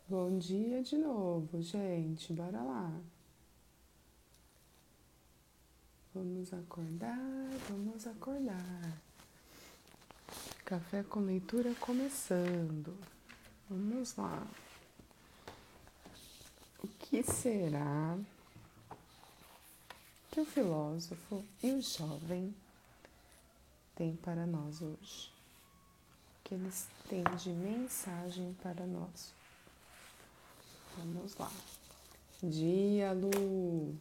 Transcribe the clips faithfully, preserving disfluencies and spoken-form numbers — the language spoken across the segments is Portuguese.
Bom dia de novo, gente. Bora lá. Vamos acordar, vamos acordar. Café com leitura começando. Vamos lá. O que será que o filósofo e o jovem têm para nós hoje? O que eles têm de mensagem para nós? Vamos lá. Dia, Lu.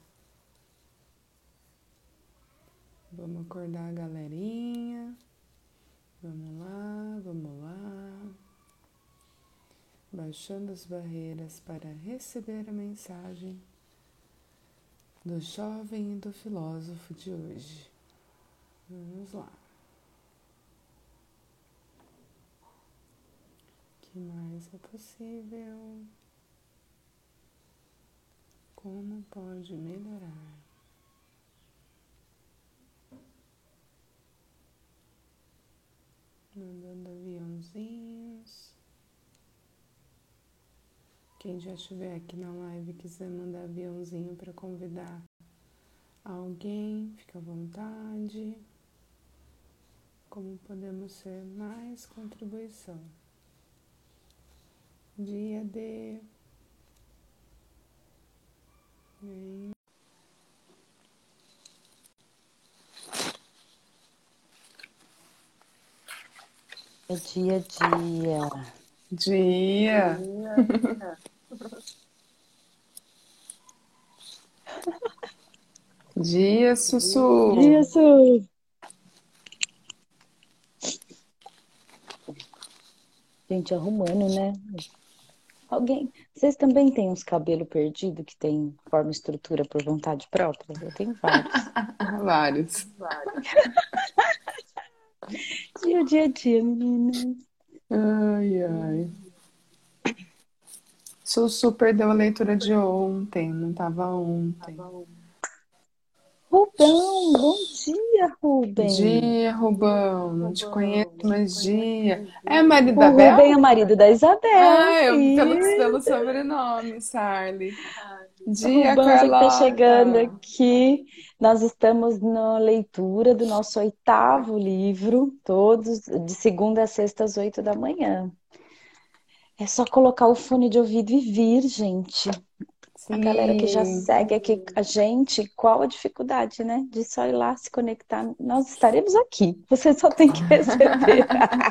Vamos acordar a galerinha. Vamos lá, vamos lá. Baixando as barreiras para receber a mensagem do jovem e do filósofo de hoje. Vamos lá. O que mais é possível? Como pode melhorar? Mandando aviãozinhos. Quem já estiver aqui na live e quiser mandar aviãozinho para convidar alguém, fica à vontade. Como podemos ser mais contribuição? Dia D. Vem. É dia a dia. Dia. Dia, Sussu. Isso! Gente, arrumando, né? Alguém... Vocês também têm uns cabelos perdidos que tem forma e estrutura por vontade própria? Eu tenho vários. Vários. Dia, dia a dia, meninas. Ai, ai. Sussu perdeu a leitura de ontem, não estava ontem. Rubão, bom dia, Rubem. Dia, Rubão, não te conheço, mas dia. É marido O da Bel? Rubem é marido da Isabel. Ah, eu, pelo, Isso. pelo sobrenome, Sarli. Dia, Rubão, a gente tá Carlota. chegando aqui. Nós estamos na leitura do nosso oitavo livro, todos de segunda a sexta às oito da manhã. É só colocar o fone de ouvido e vir, gente. A galera que já Sim. segue aqui a gente, qual a dificuldade, né? De só ir lá se conectar. Nós estaremos aqui. Você só tem que receber.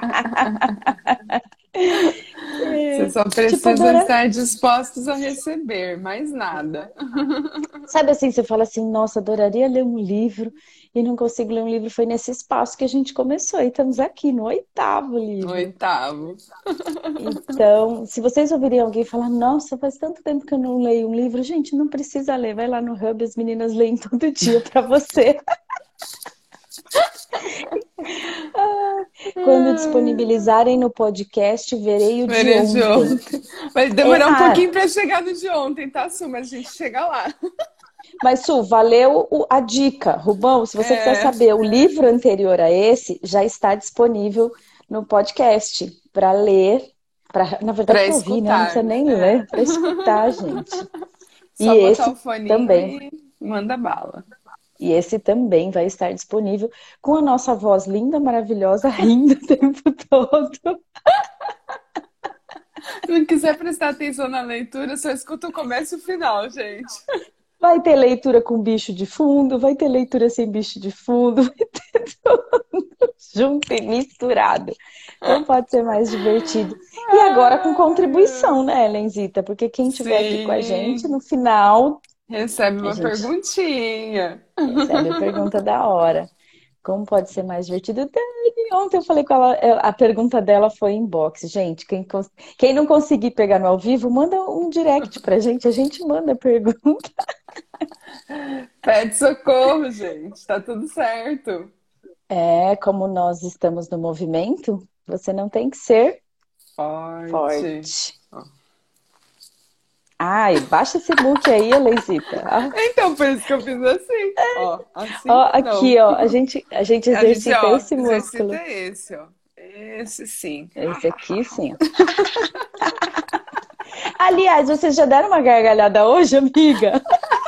Vocês só Tipo, precisam Dora... estar dispostos a receber, mais nada. Sabe assim, você fala assim, nossa, adoraria ler um livro e não consigo ler um livro. Foi nesse espaço que a gente começou e estamos aqui no oitavo livro. Oitavo. Então, se vocês ouvirem alguém falar, nossa, faz tanto tempo que eu não leio um livro, gente, não precisa ler, vai lá no Hub, as meninas leem todo dia para você. Quando disponibilizarem no podcast, verei o de Verei de ontem. ontem. Vai demorar É, um ah, pouquinho para chegar no de ontem, tá, Su? Mas a gente chega lá. Mas, Su, valeu o- a dica. Rubão, se você quiser É. saber, o livro anterior a esse já está disponível no podcast para ler, pra, na verdade, Pra para ouvir, né? Não escutar. precisa nem É. ler, para escutar, gente. Só E botar esse o foninho também. e manda bala. E esse também vai estar disponível com a nossa voz linda, maravilhosa, rindo o tempo todo. Se não quiser prestar atenção na leitura, só escuta o começo e o final, gente. Vai ter leitura com bicho de fundo, vai ter leitura sem bicho de fundo, vai ter tudo junto e misturado. Não pode ser mais divertido. E agora com contribuição, né, Helenzita? Porque quem estiver aqui com a gente, Sim. no final, Recebe a uma gente perguntinha. recebe a pergunta da hora. Como pode ser mais divertido? Dani, ontem eu falei com ela, a pergunta dela foi inbox. Gente, quem, cons- quem não conseguir pegar no ao vivo, manda um direct pra gente, a gente manda a pergunta. Pede socorro, gente. Tá tudo certo. É, como nós estamos no movimento, você não tem que ser Forte. forte. Ai, baixa esse book aí, Eleizita. Ah, Então, por isso que eu fiz assim. Ó, assim ó, não. aqui, ó, a gente, a gente A gente, exercita ó, esse exercita músculo. esse, ó. Esse sim. Esse aqui, sim. Aliás, vocês já deram uma gargalhada hoje, amiga?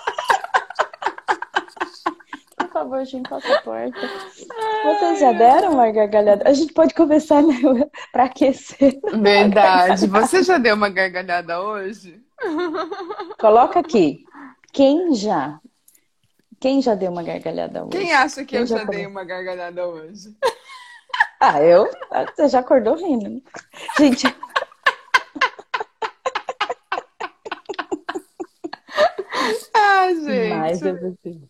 Por favor, Jim, passa a porta. Vocês já deram uma gargalhada? A gente pode começar, né, para aquecer. Verdade. Você já deu uma gargalhada hoje? Coloca aqui. Quem já? Quem já deu uma gargalhada hoje? Quem acha que Quem eu já já come- dei uma gargalhada hoje? Ah, eu? Você já acordou rindo, né? Gente, Ah, mas gente. é possível.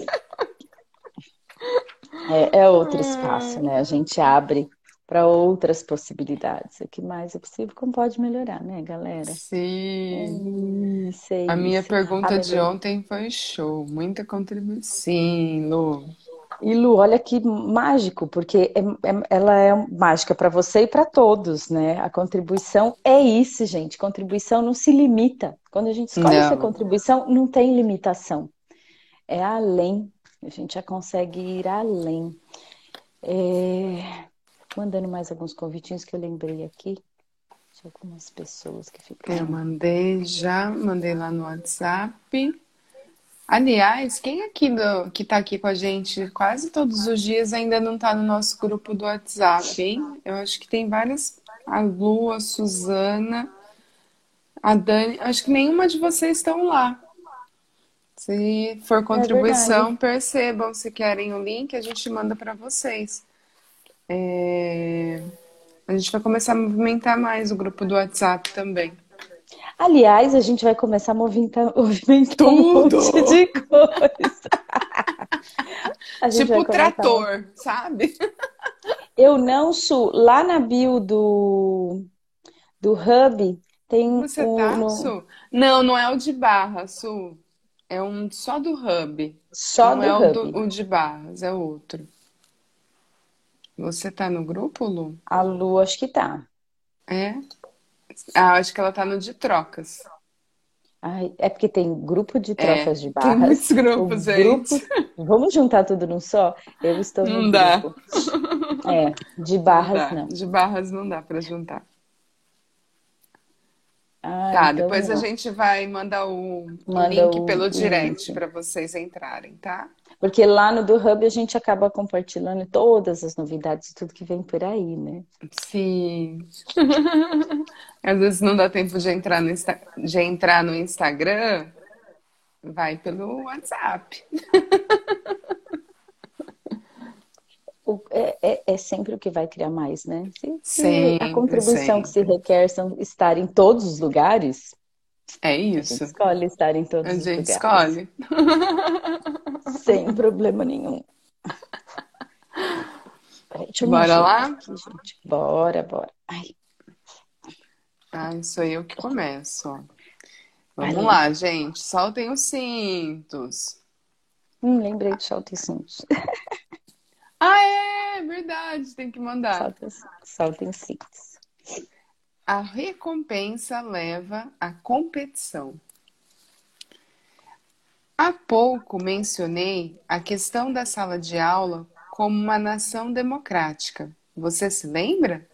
É, é outro espaço, né? A gente abre para outras possibilidades. O que mais é possível, como pode melhorar, né, galera? É Sim. isso, é A minha isso. Ah, pergunta de lembrei. ontem foi show. Muita contribuição. Sim, Lu. E Lu, olha que mágico, porque é- é- ela é mágica para você e para todos, né? A contribuição é isso, gente. Contribuição não se limita. Quando a gente escolhe ser Não. contribuição, não tem limitação. É além. A gente já consegue ir além. É, mandando mais alguns convitinhos que eu lembrei aqui de algumas pessoas que Eu ficaram. mandei já, mandei lá no WhatsApp. Aliás, quem aqui do, que tá aqui com a gente quase todos os dias ainda não tá no nosso grupo do WhatsApp, hein? Eu acho que tem várias. A Lu, a Suzana, a Dani. Acho que nenhuma de vocês estão lá. Se for É verdade. contribuição, percebam. Se querem o link, a gente manda para vocês. É, A gente vai começar a movimentar mais o grupo do WhatsApp também. Aliás, a gente vai começar a movimentar, movimentar um monte Tudo! de coisa. A gente vai Tipo começar a... trator, sabe? Eu não sou. Lá na bio do, do Hub tem Você o tá, no, Su? Não, não é o de Barra, Su. É um só do Hub. só Não do é o, do, Hub. o de Barras, é outro. Você tá no grupo, Lu? A Lu, acho que tá. É? Ah, acho que ela tá no de trocas. Ai, é porque tem grupo de É, trocas de tem muitos barras, o grupos, grupo. gente. Vamos juntar tudo num só? Eu estou no Não dá. grupo. É, de Não barras dá. não. De Barras não dá pra juntar. Ah, Tá, então depois a não. gente vai mandar o, o Manda link o pelo direct link. pra vocês entrarem, tá? Porque lá no do Hub a gente acaba compartilhando todas as novidades, tudo que vem por aí, né? Sim. Às vezes não dá tempo de entrar no, Insta- de entrar no Instagram, vai pelo WhatsApp. O- é, é- é sempre o que vai criar mais, né? Se, se a Sempre, contribuição que se sempre. requer são estar em todos os lugares, É a gente isso. escolhe estar em A todos os gente lugares, escolhe. sem problema nenhum. Peraí, deixa eu me Bora ajeitar lá? aqui, gente. Bora, bora. Ai, Ah, sou eu que começo, ó. Vamos valendo. lá, gente. Soltem os cintos. Hum, lembrei do salto em cintos. Ah, é verdade, tem que mandar. Salto, salto em cintos. A recompensa leva à competição. Há pouco mencionei a questão da sala de aula como uma nação democrática. Você se lembra?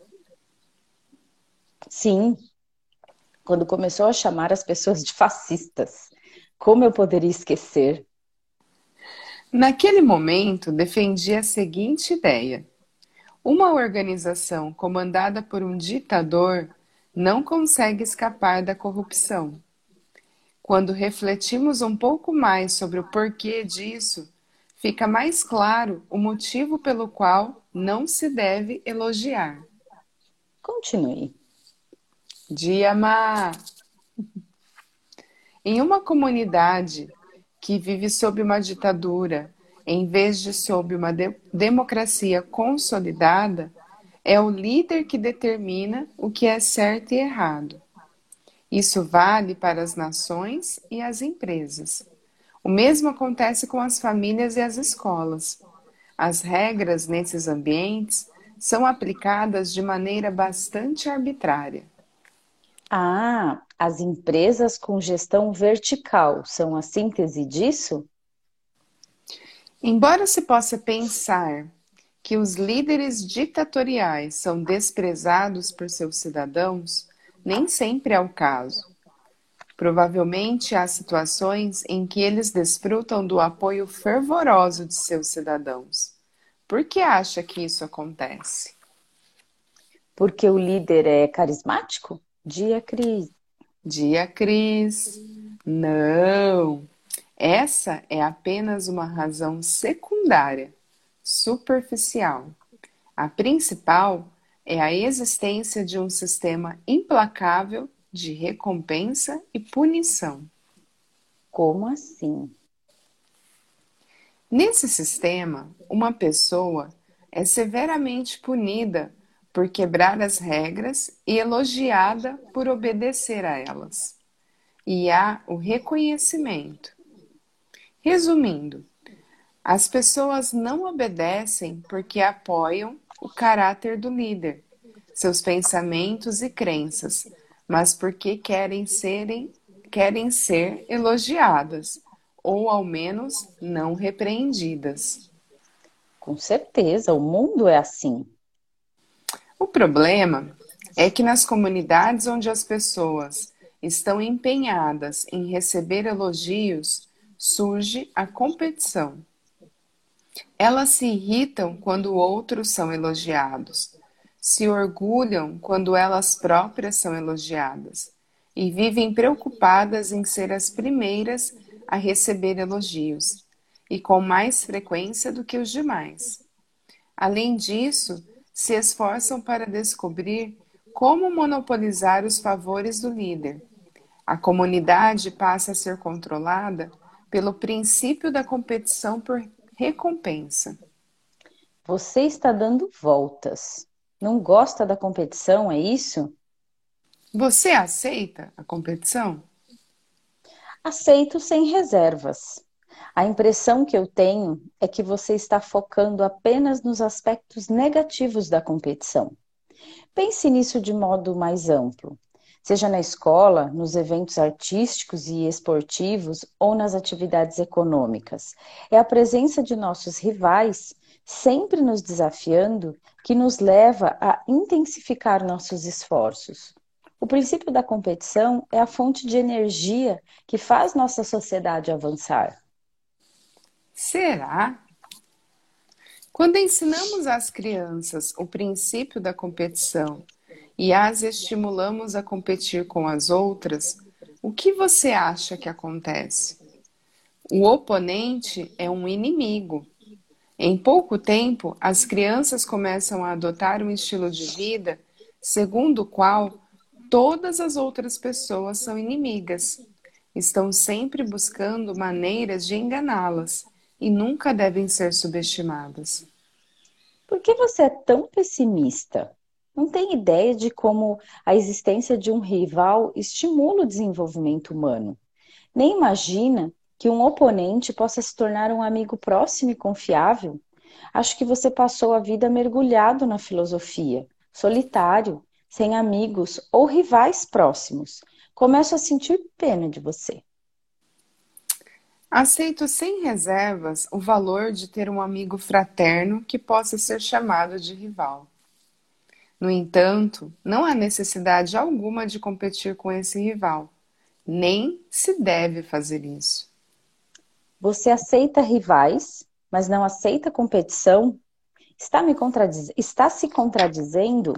Sim, quando começou a chamar as pessoas de fascistas. Como eu poderia esquecer? Naquele momento, defendi a seguinte ideia: uma organização comandada por um ditador não consegue escapar da corrupção. Quando refletimos um pouco mais sobre o porquê disso, fica mais claro o motivo pelo qual não se deve elogiar. Continue. Diama! Em uma comunidade que vive sob uma ditadura, em vez de sob uma de- democracia consolidada, é o líder que determina o que é certo e errado. Isso vale para as nações e as empresas. O mesmo acontece com as famílias e as escolas. As regras nesses ambientes são aplicadas de maneira bastante arbitrária. Ah, as empresas com gestão vertical são a síntese disso? Embora se possa pensar que os líderes ditatoriais são desprezados por seus cidadãos, nem sempre é o caso. Provavelmente há situações em que eles desfrutam do apoio fervoroso de seus cidadãos. Por que acha que isso acontece? Porque o líder é carismático? Dia, Cris. Dia, Cris. Não! Essa é apenas uma razão secundária, superficial. A principal é a existência de um sistema implacável de recompensa e punição. Como assim? Nesse sistema, uma pessoa é severamente punida por quebrar as regras e elogiada por obedecer a elas. E há o reconhecimento. Resumindo, as pessoas não obedecem porque apoiam o caráter do líder, seus pensamentos e crenças, mas porque querem serem, querem ser elogiadas, ou ao menos não repreendidas. Com certeza, o mundo é assim. O problema é que nas comunidades onde as pessoas estão empenhadas em receber elogios, surge a competição. Elas se irritam quando outros são elogiados, se orgulham quando elas próprias são elogiadas e vivem preocupadas em ser as primeiras a receber elogios, e com mais frequência do que os demais. Além disso, se esforçam para descobrir como monopolizar os favores do líder. A comunidade passa a ser controlada pelo princípio da competição por recompensa. Você está dando voltas. Não gosta da competição, é isso? Você aceita a competição? Aceito sem reservas. A impressão que eu tenho é que você está focando apenas nos aspectos negativos da competição. Pense nisso de modo mais amplo, seja na escola, nos eventos artísticos e esportivos ou nas atividades econômicas. É a presença de nossos rivais, sempre nos desafiando, que nos leva a intensificar nossos esforços. O princípio da competição é a fonte de energia que faz nossa sociedade avançar. Será? Quando ensinamos às crianças o princípio da competição e as estimulamos a competir com as outras, o que você acha que acontece? O oponente é um inimigo. Em pouco tempo, as crianças começam a adotar um estilo de vida segundo o qual todas as outras pessoas são inimigas. Estão sempre buscando maneiras de enganá-las e nunca devem ser subestimadas. Por que você é tão pessimista? Não tem ideia de como a existência de um rival estimula o desenvolvimento humano. Nem imagina que um oponente possa se tornar um amigo próximo e confiável. Acho que você passou a vida mergulhado na filosofia, solitário, sem amigos ou rivais próximos. Começo a sentir pena de você. Aceito sem reservas o valor de ter um amigo fraterno que possa ser chamado de rival. No entanto, não há necessidade alguma de competir com esse rival. Nem se deve fazer isso. Você aceita rivais, mas não aceita competição? Está, me contradiz... Está se contradizendo?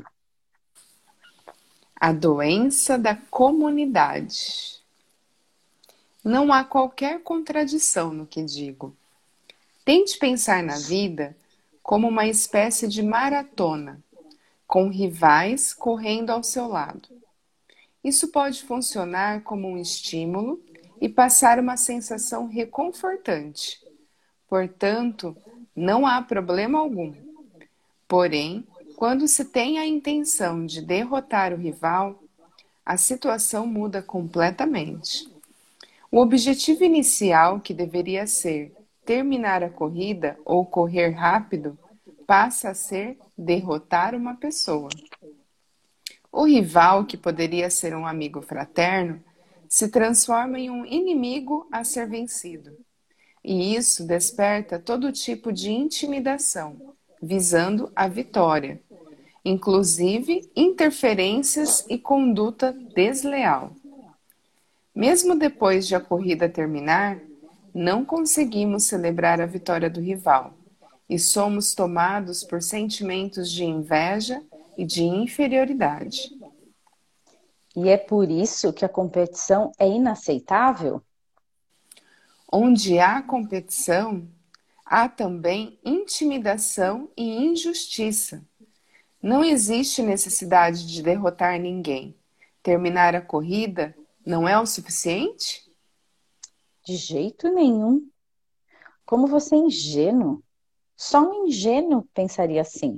A doença da comunidade. Não há qualquer contradição no que digo. Tente pensar na vida como uma espécie de maratona, com rivais correndo ao seu lado. Isso pode funcionar como um estímulo e passar uma sensação reconfortante. Portanto, não há problema algum. Porém, quando se tem a intenção de derrotar o rival, a situação muda completamente. O objetivo inicial, que deveria ser terminar a corrida ou correr rápido, passa a ser derrotar uma pessoa. O rival, que poderia ser um amigo fraterno, se transforma em um inimigo a ser vencido. E isso desperta todo tipo de intimidação, visando a vitória, inclusive interferências e conduta desleal. Mesmo depois de a corrida terminar, não conseguimos celebrar a vitória do rival e somos tomados por sentimentos de inveja e de inferioridade. E é por isso que a competição é inaceitável? Onde há competição, há também intimidação e injustiça. Não existe necessidade de derrotar ninguém. Terminar a corrida não é o suficiente? De jeito nenhum. Como você é ingênuo. Só um ingênuo pensaria assim.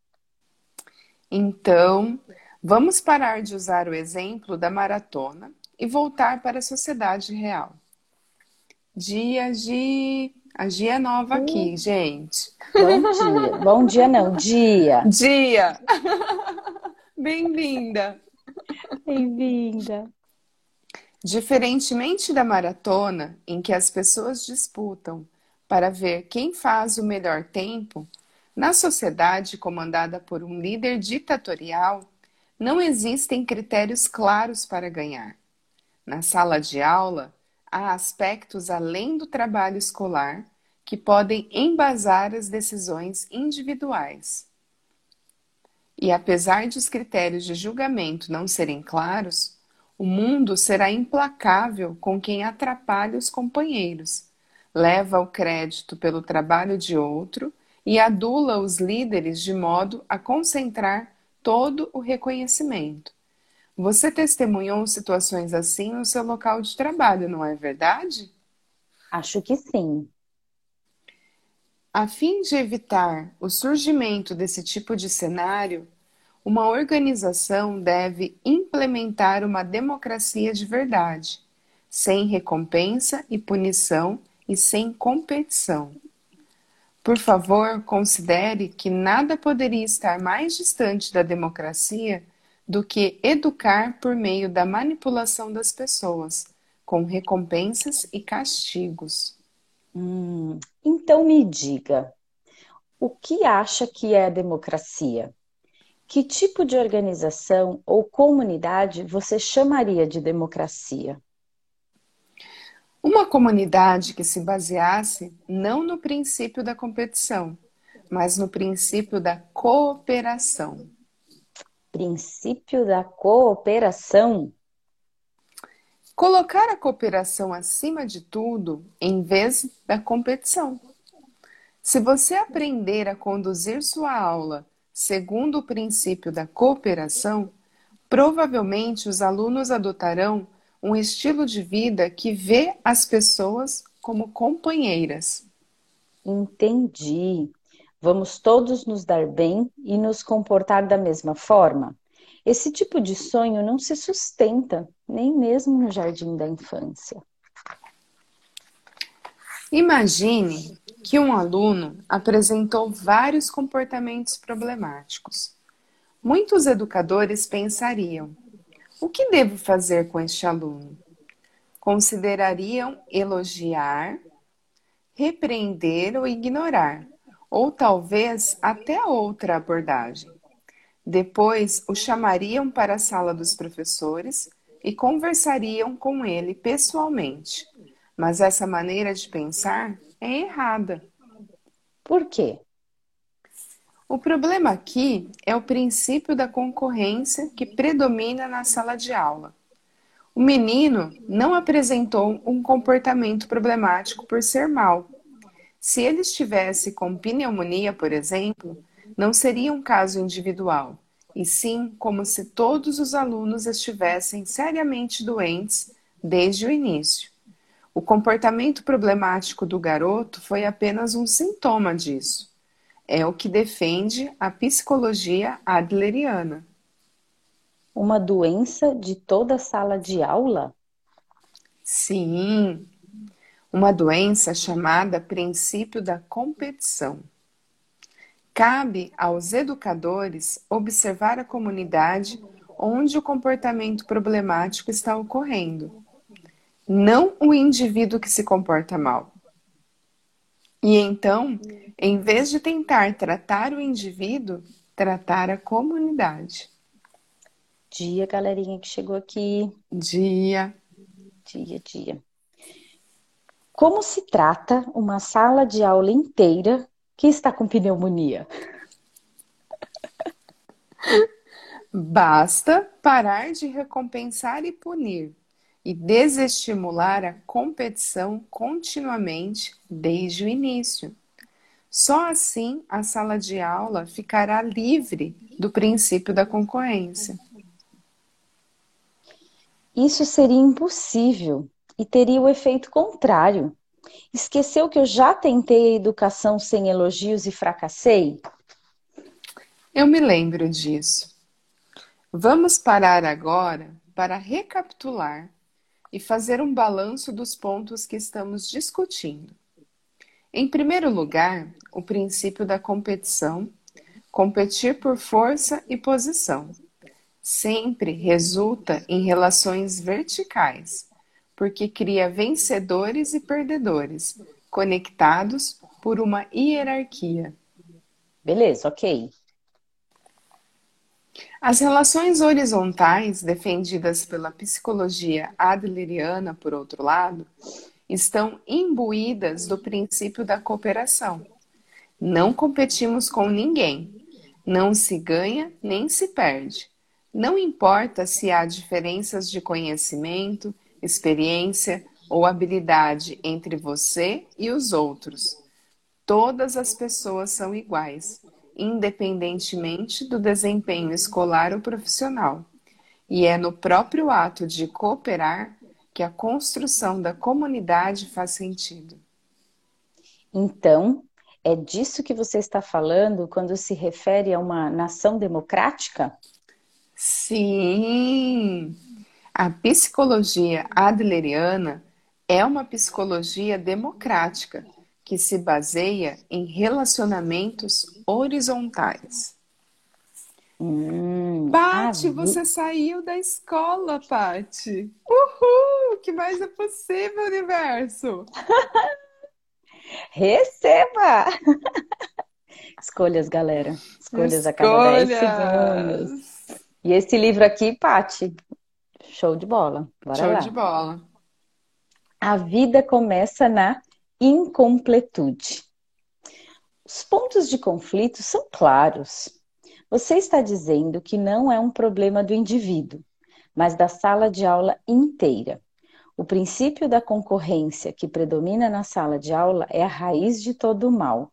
Então, vamos parar de usar o exemplo da maratona e voltar para a sociedade real. Dia de... A Gia é nova aqui, gente. Bom dia. Bom dia não, dia. Dia! Bem-vinda! Bem-vinda. Diferentemente da maratona, em que as pessoas disputam para ver quem faz o melhor tempo, na sociedade comandada por um líder ditatorial, não existem critérios claros para ganhar. Na sala de aula, há aspectos além do trabalho escolar que podem embasar as decisões individuais. E apesar de os critérios de julgamento não serem claros, o mundo será implacável com quem atrapalha os companheiros, leva o crédito pelo trabalho de outro e adula os líderes de modo a concentrar todo o reconhecimento. Você testemunhou situações assim no seu local de trabalho, não é verdade? Acho que sim. A fim de evitar o surgimento desse tipo de cenário, uma organização deve implementar uma democracia de verdade, sem recompensa e punição e sem competição. Por favor, considere que nada poderia estar mais distante da democracia do que educar por meio da manipulação das pessoas, com recompensas e castigos. Hum, então me diga, o que acha que é a democracia? Que tipo de organização ou comunidade você chamaria de democracia? Uma comunidade que se baseasse não no princípio da competição, mas no princípio da cooperação. Princípio da cooperação? Colocar a cooperação acima de tudo em vez da competição. Se você aprender a conduzir sua aula segundo o princípio da cooperação, provavelmente os alunos adotarão um estilo de vida que vê as pessoas como companheiras. Entendi. Vamos todos nos dar bem e nos comportar da mesma forma? Esse tipo de sonho não se sustenta, nem mesmo no jardim da infância. Imagine que um aluno apresentou vários comportamentos problemáticos. Muitos educadores pensariam: o que devo fazer com este aluno? Considerariam elogiar, repreender ou ignorar, ou talvez até outra abordagem. Depois o chamariam para a sala dos professores e conversariam com ele pessoalmente. Mas essa maneira de pensar é errada. Por quê? O problema aqui é o princípio da concorrência que predomina na sala de aula. O menino não apresentou um comportamento problemático por ser mau. Se ele estivesse com pneumonia, por exemplo, não seria um caso individual, e sim como se todos os alunos estivessem seriamente doentes desde o início. O comportamento problemático do garoto foi apenas um sintoma disso. É o que defende a psicologia adleriana. Uma doença de toda a sala de aula? Sim, uma doença chamada princípio da competição. Cabe aos educadores observar a comunidade onde o comportamento problemático está ocorrendo, não o indivíduo que se comporta mal. E então, em vez de tentar tratar o indivíduo, tratar a comunidade. Dia, galerinha que chegou aqui. Dia. dia, dia. Como se trata uma sala de aula inteira que está com pneumonia? Basta parar de recompensar e punir e desestimular a competição continuamente desde o início. Só assim a sala de aula ficará livre do princípio da concorrência. Isso seria impossível e teria o efeito contrário. Esqueceu que eu já tentei a educação sem elogios e fracassei? Eu me lembro disso. Vamos parar agora para recapitular e fazer um balanço dos pontos que estamos discutindo. Em primeiro lugar, o princípio da competição, competir por força e posição, sempre resulta em relações verticais, porque cria vencedores e perdedores, conectados por uma hierarquia. Beleza, ok. As relações horizontais, defendidas pela psicologia adleriana, por outro lado, estão imbuídas do princípio da cooperação. Não competimos com ninguém. Não se ganha nem se perde. Não importa se há diferenças de conhecimento, experiência ou habilidade entre você e os outros. Todas as pessoas são iguais, independentemente do desempenho escolar ou profissional. E é no próprio ato de cooperar que a construção da comunidade faz sentido. Então, é disso que você está falando quando se refere a uma nação democrática? Sim! A psicologia adleriana é uma psicologia democrática que se baseia em relacionamentos horizontais. Hum, a Pati, vi... você saiu da escola, Pati. Uhul! O que mais é possível, universo? Receba! Escolhas, galera. Escolhas a cada dez segundos. Escolhas! E esse livro aqui, Pati, show de bola. Bora Show de lá. bola. A vida começa na incompletude. Os pontos de conflito são claros. Você está dizendo que não é um problema do indivíduo, mas da sala de aula inteira. O princípio da concorrência que predomina na sala de aula é a raiz de todo o mal.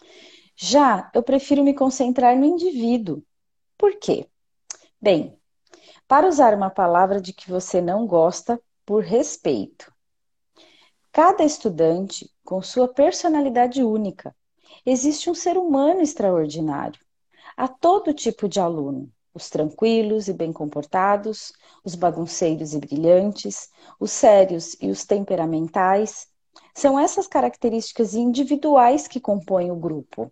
Já eu prefiro me concentrar no indivíduo. Por quê? Bem, para usar uma palavra de que você não gosta, por respeito. Cada estudante com sua personalidade única. Existe um ser humano extraordinário. Há todo tipo de aluno. Os tranquilos e bem comportados, os bagunceiros e brilhantes, os sérios e os temperamentais. São essas características individuais que compõem o grupo.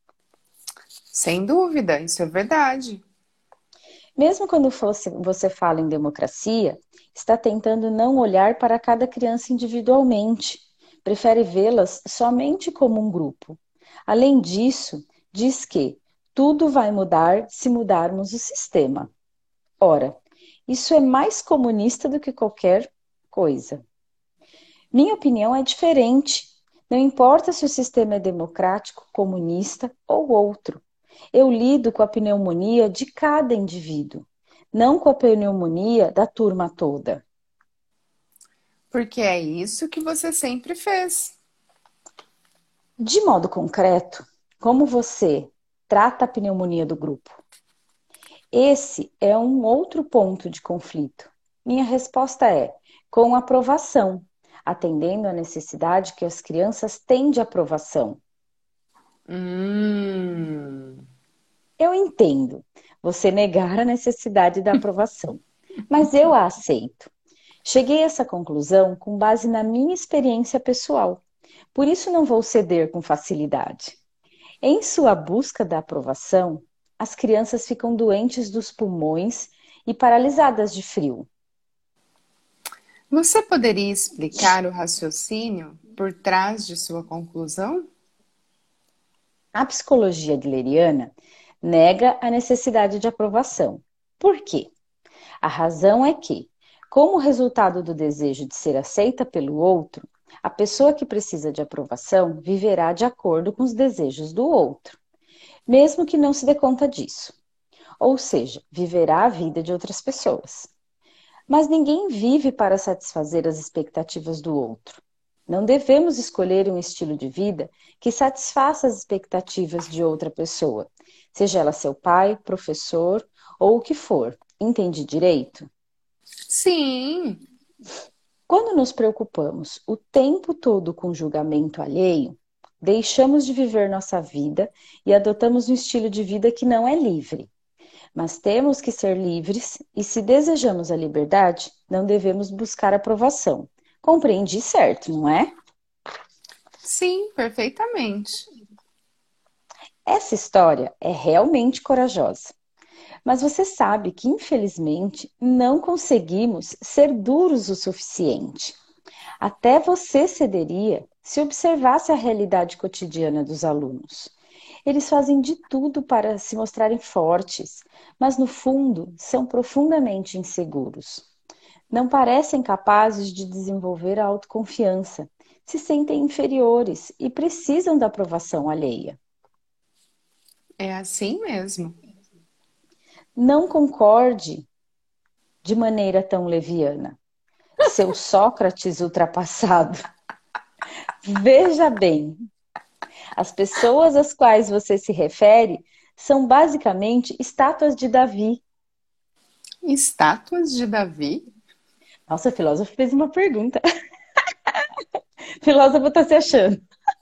Sem dúvida, isso é verdade. Mesmo quando fosse, você fala em democracia, está tentando não olhar para cada criança individualmente, prefere vê-las somente como um grupo. Além disso, diz que tudo vai mudar se mudarmos o sistema. Ora, isso é mais comunista do que qualquer coisa. Minha opinião é diferente. Não importa se o sistema é democrático, comunista ou outro. Eu lido com a pneumonia de cada indivíduo, não com a pneumonia da turma toda. Porque é isso que você sempre fez. De modo concreto, como você trata a pneumonia do grupo? Esse é um outro ponto de conflito. Minha resposta é com aprovação, atendendo à necessidade que as crianças têm de aprovação. Hum. Eu entendo você negar a necessidade da aprovação, mas eu a aceito. Cheguei a essa conclusão com base na minha experiência pessoal. Por isso não vou ceder com facilidade. Em sua busca da aprovação, as crianças ficam doentes dos pulmões e paralisadas de frio. Você poderia explicar o raciocínio por trás de sua conclusão? A psicologia adleriana nega a necessidade de aprovação. Por quê? A razão é que, Como resultado do desejo de ser aceita pelo outro, a pessoa que precisa de aprovação viverá de acordo com os desejos do outro, mesmo que não se dê conta disso. Ou seja, viverá a vida de outras pessoas. Mas ninguém vive para satisfazer as expectativas do outro. Não devemos escolher um estilo de vida que satisfaça as expectativas de outra pessoa, seja ela seu pai, professor ou o que for. Entende direito? Sim, Quando nos preocupamos o tempo todo com julgamento alheio, deixamos de viver nossa vida e adotamos um estilo de vida que não é livre. Mas temos que ser livres e, se desejamos a liberdade, não devemos buscar aprovação. Compreendi certo, não é? sim, perfeitamente. Essa história é realmente corajosa. Mas você sabe que, infelizmente, não conseguimos ser duros o suficiente. Até você cederia se observasse a realidade cotidiana dos alunos. Eles fazem de tudo para se mostrarem fortes, mas no fundo são profundamente inseguros. Não parecem capazes de desenvolver a autoconfiança, se sentem inferiores e precisam da aprovação alheia. É assim mesmo. Não concorde de maneira tão leviana. Seu Sócrates ultrapassado. Veja bem, as pessoas às quais você se refere são basicamente estátuas de Davi. Estátuas de Davi? Nossa, o filósofo fez uma pergunta. O filósofo está se achando.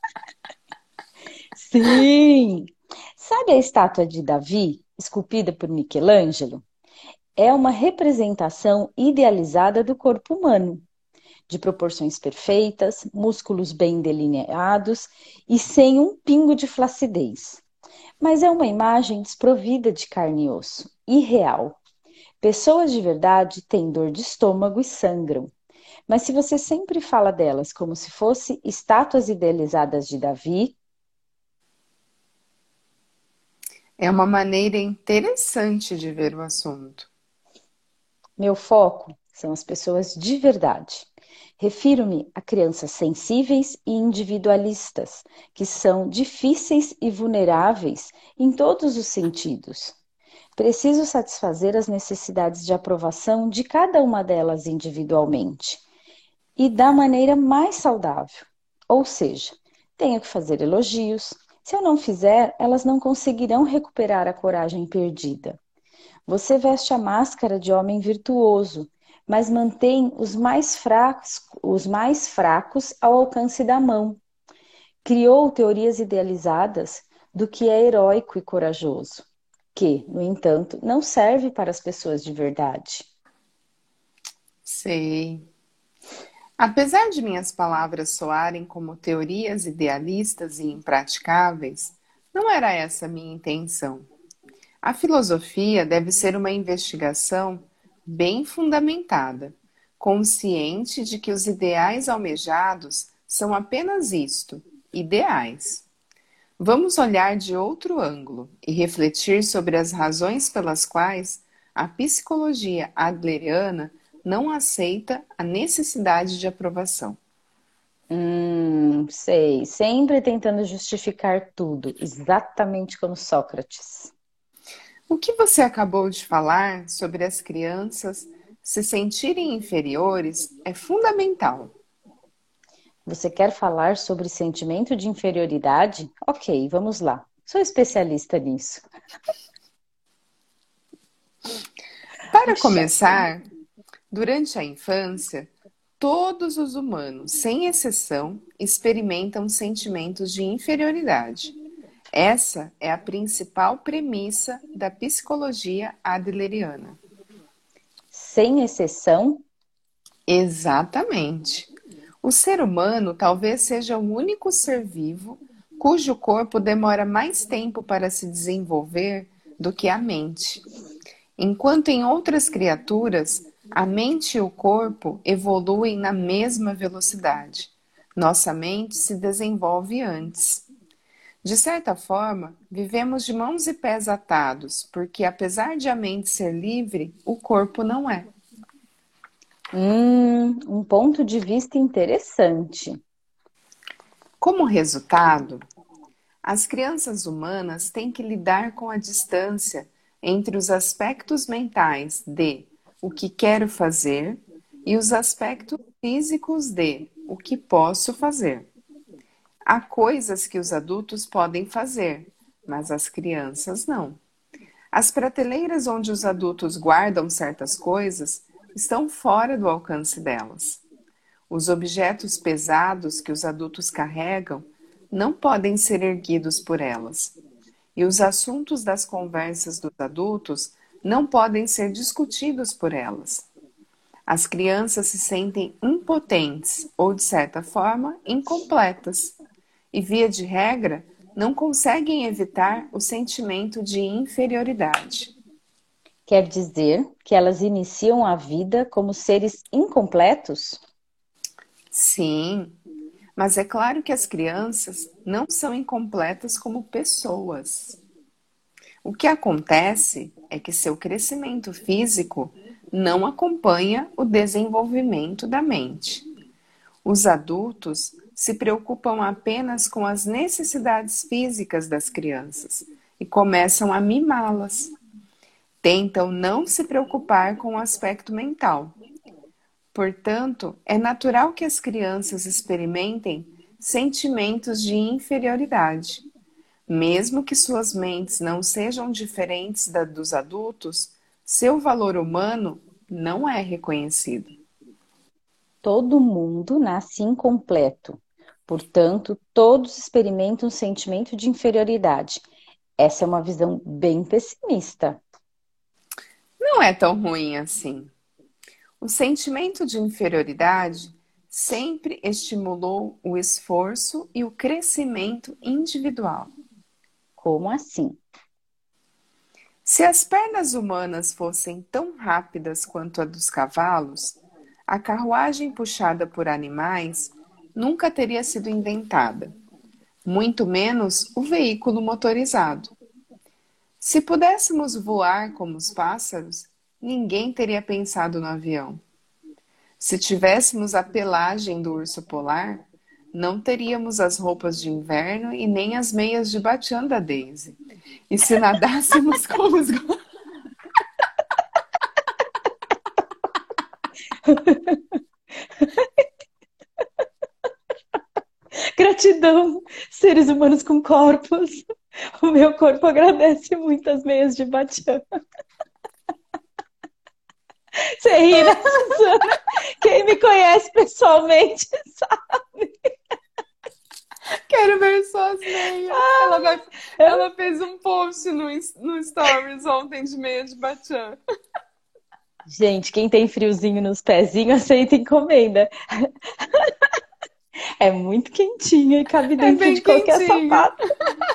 Sim! Sabe a estátua de Davi, esculpida por Michelangelo? É uma representação idealizada do corpo humano, de proporções perfeitas, músculos bem delineados e sem um pingo de flacidez. Mas é uma imagem desprovida de carne e osso, irreal. Pessoas de verdade têm dor de estômago e sangram. Mas se você sempre fala delas como se fossem estátuas idealizadas de Davi, É uma maneira interessante de ver o assunto. meu foco são as pessoas de verdade. Refiro-me a crianças sensíveis e individualistas, que são difíceis e vulneráveis em todos os sentidos. Preciso satisfazer as necessidades de aprovação de cada uma delas individualmente e da maneira mais saudável. Ou seja, tenho que fazer elogios. Se eu não fizer, elas não conseguirão recuperar a coragem perdida. Você veste a máscara de homem virtuoso, mas mantém os mais fracos, os mais fracos ao alcance da mão. Criou teorias idealizadas do que é heróico e corajoso, que, no entanto, não serve para as pessoas de verdade. Sei. Apesar de minhas palavras soarem como teorias idealistas e impraticáveis, não era essa a minha intenção. A filosofia deve ser uma investigação bem fundamentada, consciente de que os ideais almejados são apenas isto, ideais. Vamos olhar de outro ângulo e refletir sobre as razões pelas quais a psicologia adleriana não aceita a necessidade de aprovação. Hum, sei, sempre tentando justificar tudo, exatamente como Sócrates. O que você acabou de falar sobre as crianças se sentirem inferiores é fundamental. Você quer falar sobre sentimento de inferioridade? Ok, vamos lá. Sou especialista nisso. Para Puxa. começar, durante a infância, todos os humanos, sem exceção, experimentam sentimentos de inferioridade. Essa é a principal premissa da psicologia adleriana. Sem exceção? Exatamente. O ser humano talvez seja o único ser vivo cujo corpo demora mais tempo para se desenvolver do que a mente. Enquanto em outras criaturas, a mente e o corpo evoluem na mesma velocidade. Nossa mente se desenvolve antes. De certa forma, vivemos de mãos e pés atados, porque apesar de a mente ser livre, o corpo não é. Hum, um ponto de vista interessante. Como resultado, as crianças humanas têm que lidar com a distância entre os aspectos mentais de o que quero fazer e os aspectos físicos de o que posso fazer. Há coisas que os adultos podem fazer, mas as crianças não. As prateleiras onde os adultos guardam certas coisas estão fora do alcance delas. Os objetos pesados que os adultos carregam não podem ser erguidos por elas. E os assuntos das conversas dos adultos não podem ser discutidos por elas. As crianças se sentem impotentes ou, de certa forma, incompletas. E, via de regra, não conseguem evitar o sentimento de inferioridade. Quer dizer que elas iniciam a vida como seres incompletos? Sim, mas é claro que as crianças não são incompletas como pessoas. O que acontece é que seu crescimento físico não acompanha o desenvolvimento da mente. Os adultos se preocupam apenas com as necessidades físicas das crianças e começam a mimá-las. Tentam não se preocupar com o aspecto mental. Portanto, é natural que as crianças experimentem sentimentos de inferioridade. Mesmo que suas mentes não sejam diferentes da dos adultos, seu valor humano não é reconhecido. Todo mundo nasce incompleto. Portanto, todos experimentam um sentimento de inferioridade. Essa é uma visão bem pessimista. Não é tão ruim assim. O sentimento de inferioridade sempre estimulou o esforço e o crescimento individual. Como assim? Se as pernas humanas fossem tão rápidas quanto a dos cavalos, a carruagem puxada por animais nunca teria sido inventada, muito menos o veículo motorizado. Se pudéssemos voar como os pássaros, ninguém teria pensado no avião. Se tivéssemos a pelagem do urso polar, não teríamos as roupas de inverno e nem as meias de batiã da Daisy. E se nadássemos como os... Gratidão, seres humanos com corpos. O meu corpo agradece muito as meias de batiã. Você ri, né, Suzana? Quem me conhece pessoalmente sabe. Quero ver suas meias. Ah, ela, vai, ela fez um post no, no Stories ontem de meia de batiã. Gente, quem tem friozinho nos pezinhos, aceita encomenda. É muito quentinho e cabe dentro É de qualquer quentinho. sapato.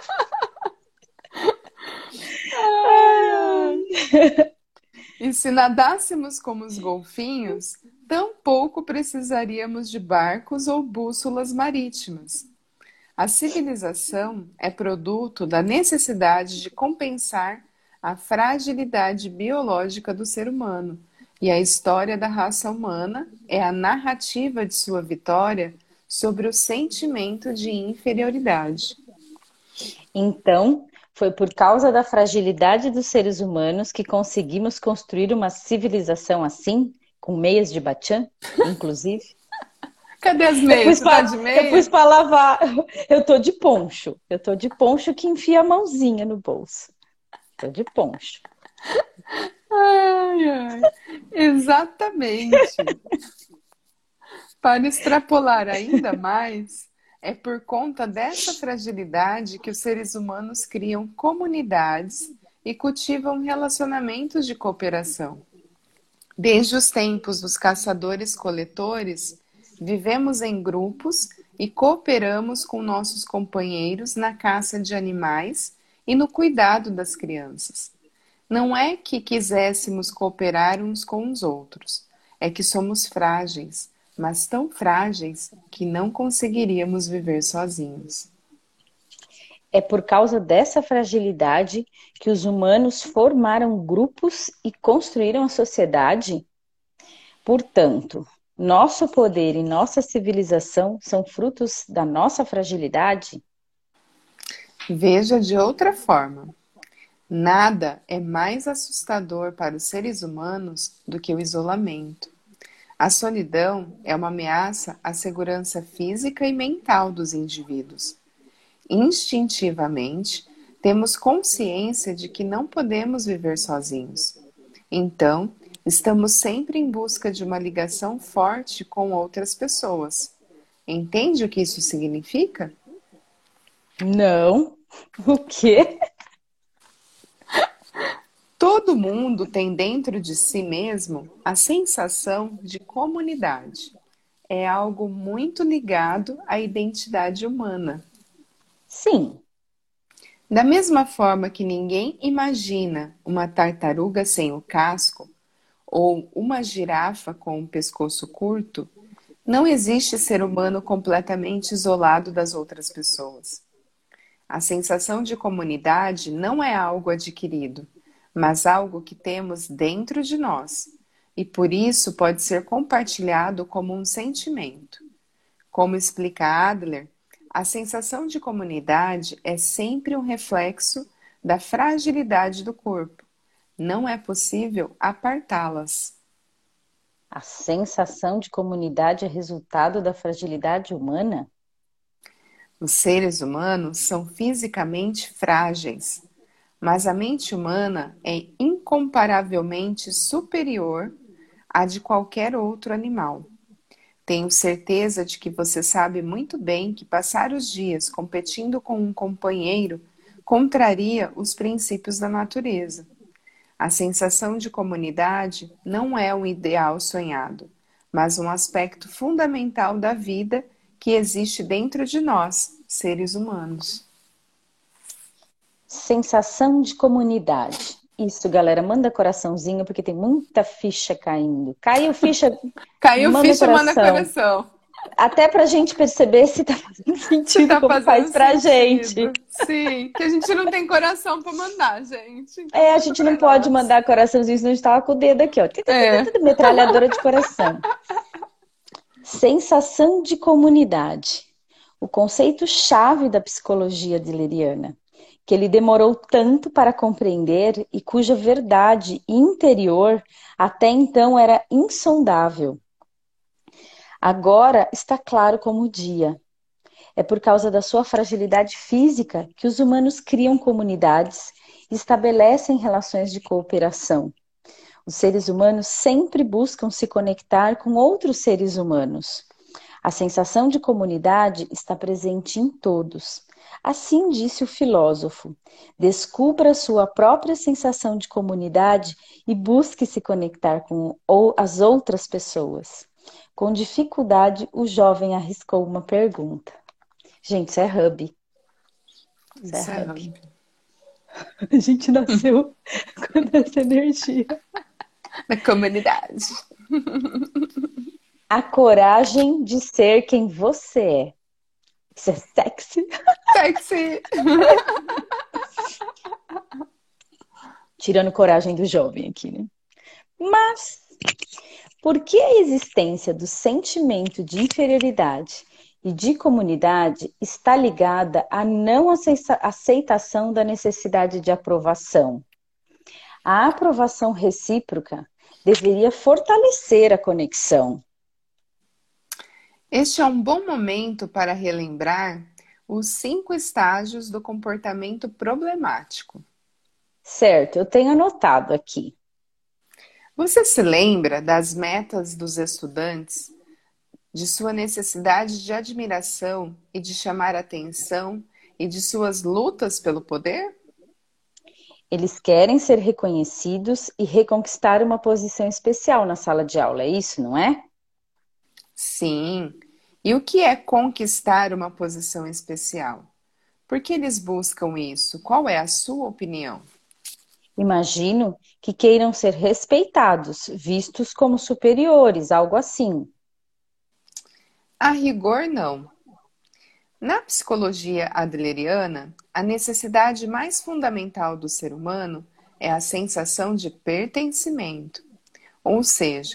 Ai, ai. E se nadássemos como os golfinhos, tampouco precisaríamos de barcos ou bússolas marítimas. A civilização é produto da necessidade de compensar a fragilidade biológica do ser humano, e a história da raça humana é a narrativa de sua vitória sobre o sentimento de inferioridade. Então, foi por causa da fragilidade dos seres humanos que conseguimos construir uma civilização assim, com meias de batiã, inclusive. Cadê as meias? Você pra, tá de meia? Eu pus pra lavar. Eu tô de poncho. Eu tô de poncho que enfia a mãozinha no bolso. Tô de poncho. Ai, ai. Exatamente. Para extrapolar ainda mais, é por conta dessa fragilidade que os seres humanos criam comunidades e cultivam relacionamentos de cooperação. Desde os tempos dos caçadores-coletores, vivemos em grupos e cooperamos com nossos companheiros na caça de animais e no cuidado das crianças. Não é que quiséssemos cooperar uns com os outros, é que somos frágeis, mas tão frágeis que não conseguiríamos viver sozinhos. É por causa dessa fragilidade que os humanos formaram grupos e construíram a sociedade? Portanto, nosso poder e nossa civilização são frutos da nossa fragilidade? Veja de outra forma. Nada é mais assustador para os seres humanos do que o isolamento. A solidão é uma ameaça à segurança física e mental dos indivíduos. Instintivamente, temos consciência de que não podemos viver sozinhos. Então, estamos sempre em busca de uma ligação forte com outras pessoas. Entende o que isso significa? Não. O quê? Todo mundo tem dentro de si mesmo a sensação de comunidade. É algo muito ligado à identidade humana. Sim. Da mesma forma que ninguém imagina uma tartaruga sem o casco ou uma girafa com um pescoço curto, não existe ser humano completamente isolado das outras pessoas. A sensação de comunidade não é algo adquirido, mas algo que temos dentro de nós, e por isso pode ser compartilhado como um sentimento. Como explica Adler, a sensação de comunidade é sempre um reflexo da fragilidade do corpo. Não é possível apartá-las. A sensação de comunidade é resultado da fragilidade humana? Os seres humanos são fisicamente frágeis, mas a mente humana é incomparavelmente superior à de qualquer outro animal. Tenho certeza de que você sabe muito bem que passar os dias competindo com um companheiro contraria os princípios da natureza. A sensação de comunidade não é um ideal sonhado, mas um aspecto fundamental da vida que existe dentro de nós, seres humanos. Sensação de comunidade. Isso, galera, manda coraçãozinho, porque tem muita ficha caindo. Caiu ficha, Caiu manda ficha, coração. manda coração. Até pra gente perceber se tá fazendo sentido Se tá como fazendo faz pra sentido. gente. Sim, que a gente não tem coração pra mandar, gente. Então É, a manda gente pra não pode nós. mandar coraçãozinho, senão a gente tava com o dedo aqui, ó. É. Metralhadora de coração. Sensação de comunidade. O conceito-chave da psicologia adleriana, que ele demorou tanto para compreender e cuja verdade interior até então era insondável. Agora está claro como o dia. É por causa da sua fragilidade física que os humanos criam comunidades e estabelecem relações de cooperação. Os seres humanos sempre buscam se conectar com outros seres humanos. A sensação de comunidade está presente em todos. Assim disse o filósofo: descubra sua própria sensação de comunidade e busque se conectar com as outras pessoas. Com dificuldade, o jovem arriscou uma pergunta. Gente, isso é hub. Isso, Isso é é hub. hub. A gente nasceu com essa energia. Na comunidade. A coragem de ser quem você é. Isso é sexy. Sexy. Tirando coragem do jovem aqui, né? Mas, por que a existência do sentimento de inferioridade e de comunidade está ligada à não aceitação da necessidade de aprovação? A aprovação recíproca deveria fortalecer a conexão. Este é um bom momento para relembrar os cinco estágios do comportamento problemático. Certo, eu tenho anotado aqui. Você se lembra das metas dos estudantes, de sua necessidade de admiração e de chamar atenção e de suas lutas pelo poder? Eles querem ser reconhecidos e reconquistar uma posição especial na sala de aula, é isso, não é? Sim. E o que é conquistar uma posição especial? Por que eles buscam isso? Qual é a sua opinião? Imagino que queiram ser respeitados, vistos como superiores, algo assim. A rigor, não. Na psicologia adleriana, a necessidade mais fundamental do ser humano é a sensação de pertencimento, ou seja,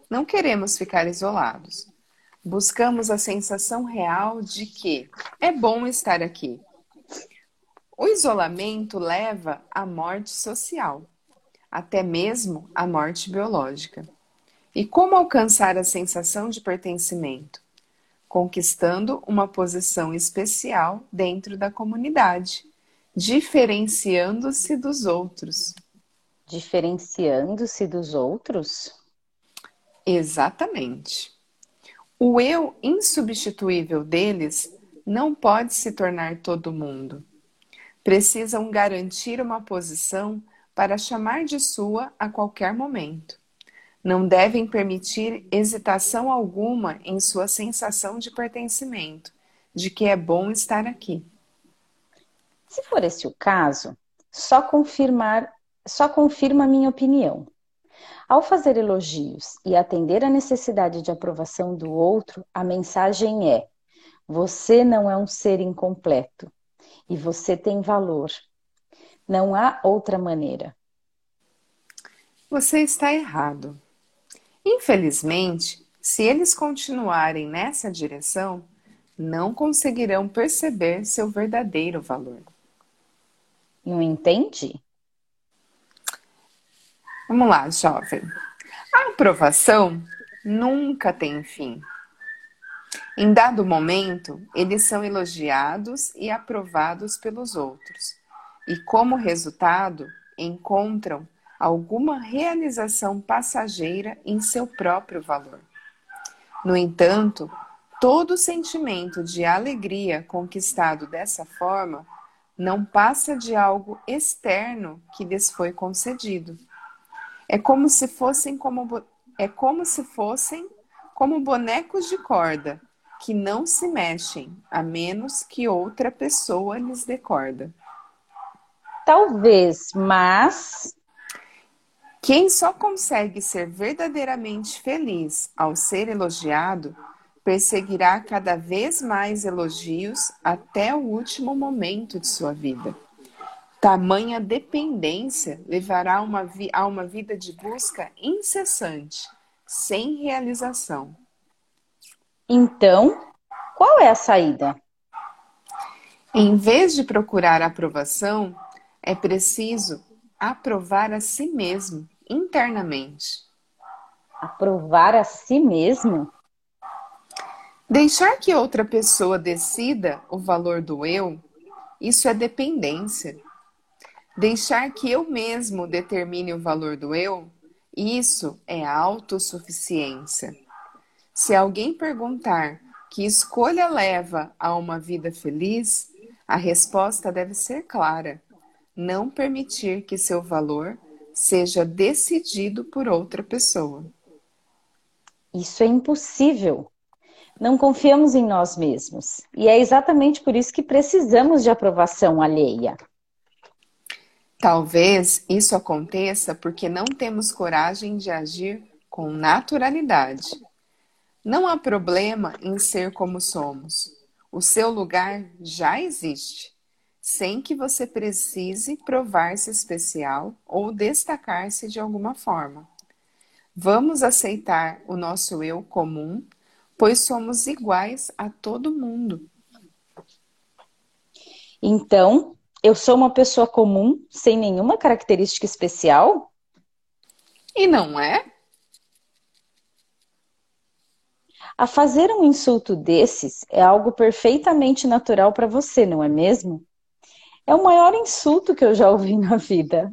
Não queremos ficar isolados. Buscamos a sensação real de que é bom estar aqui. O isolamento leva à morte social, até mesmo à morte biológica. E como alcançar a sensação de pertencimento? Conquistando uma posição especial dentro da comunidade, diferenciando-se dos outros. Diferenciando-se dos outros? Exatamente. O eu insubstituível deles não pode se tornar todo mundo. Precisam garantir uma posição para chamar de sua a qualquer momento. Não devem permitir hesitação alguma em sua sensação de pertencimento, de que é bom estar aqui. Se for esse o caso, só confirmar, só confirma a minha opinião. Ao fazer elogios e atender à necessidade de aprovação do outro, a mensagem é: você não é um ser incompleto e você tem valor. Não há outra maneira. Você está errado. Infelizmente, se eles continuarem nessa direção, não conseguirão perceber seu verdadeiro valor. Não entende? Vamos lá, jovem. A aprovação nunca tem fim. Em dado momento, eles são elogiados e aprovados pelos outros, e como resultado, encontram alguma realização passageira em seu próprio valor. No entanto, todo sentimento de alegria conquistado dessa forma não passa de algo externo que lhes foi concedido. É como se fossem como, é como se fossem como bonecos de corda, que não se mexem, a menos que outra pessoa lhes dê corda. Talvez, mas... Quem só consegue ser verdadeiramente feliz ao ser elogiado, perseguirá cada vez mais elogios até o último momento de sua vida. Tamanha dependência levará uma vi- a uma vida de busca incessante, sem realização. Então, qual é a saída? Em vez de procurar aprovação, é preciso aprovar a si mesmo internamente. Aprovar a si mesmo? Deixar que outra pessoa decida o valor do eu, isso é dependência. Deixar que eu mesmo determine o valor do eu, isso é autossuficiência. Se alguém perguntar que escolha leva a uma vida feliz, a resposta deve ser clara: não permitir que seu valor seja decidido por outra pessoa. Isso é impossível. Não confiamos em nós mesmos. E é exatamente por isso que precisamos de aprovação alheia. Talvez isso aconteça porque não temos coragem de agir com naturalidade. Não há problema em ser como somos. O seu lugar já existe, sem que você precise provar-se especial ou destacar-se de alguma forma. Vamos aceitar o nosso eu comum, pois somos iguais a todo mundo. Então, eu sou uma pessoa comum, sem nenhuma característica especial? E não é? A fazer um insulto desses é algo perfeitamente natural para você, não é mesmo? É o maior insulto que eu já ouvi na vida.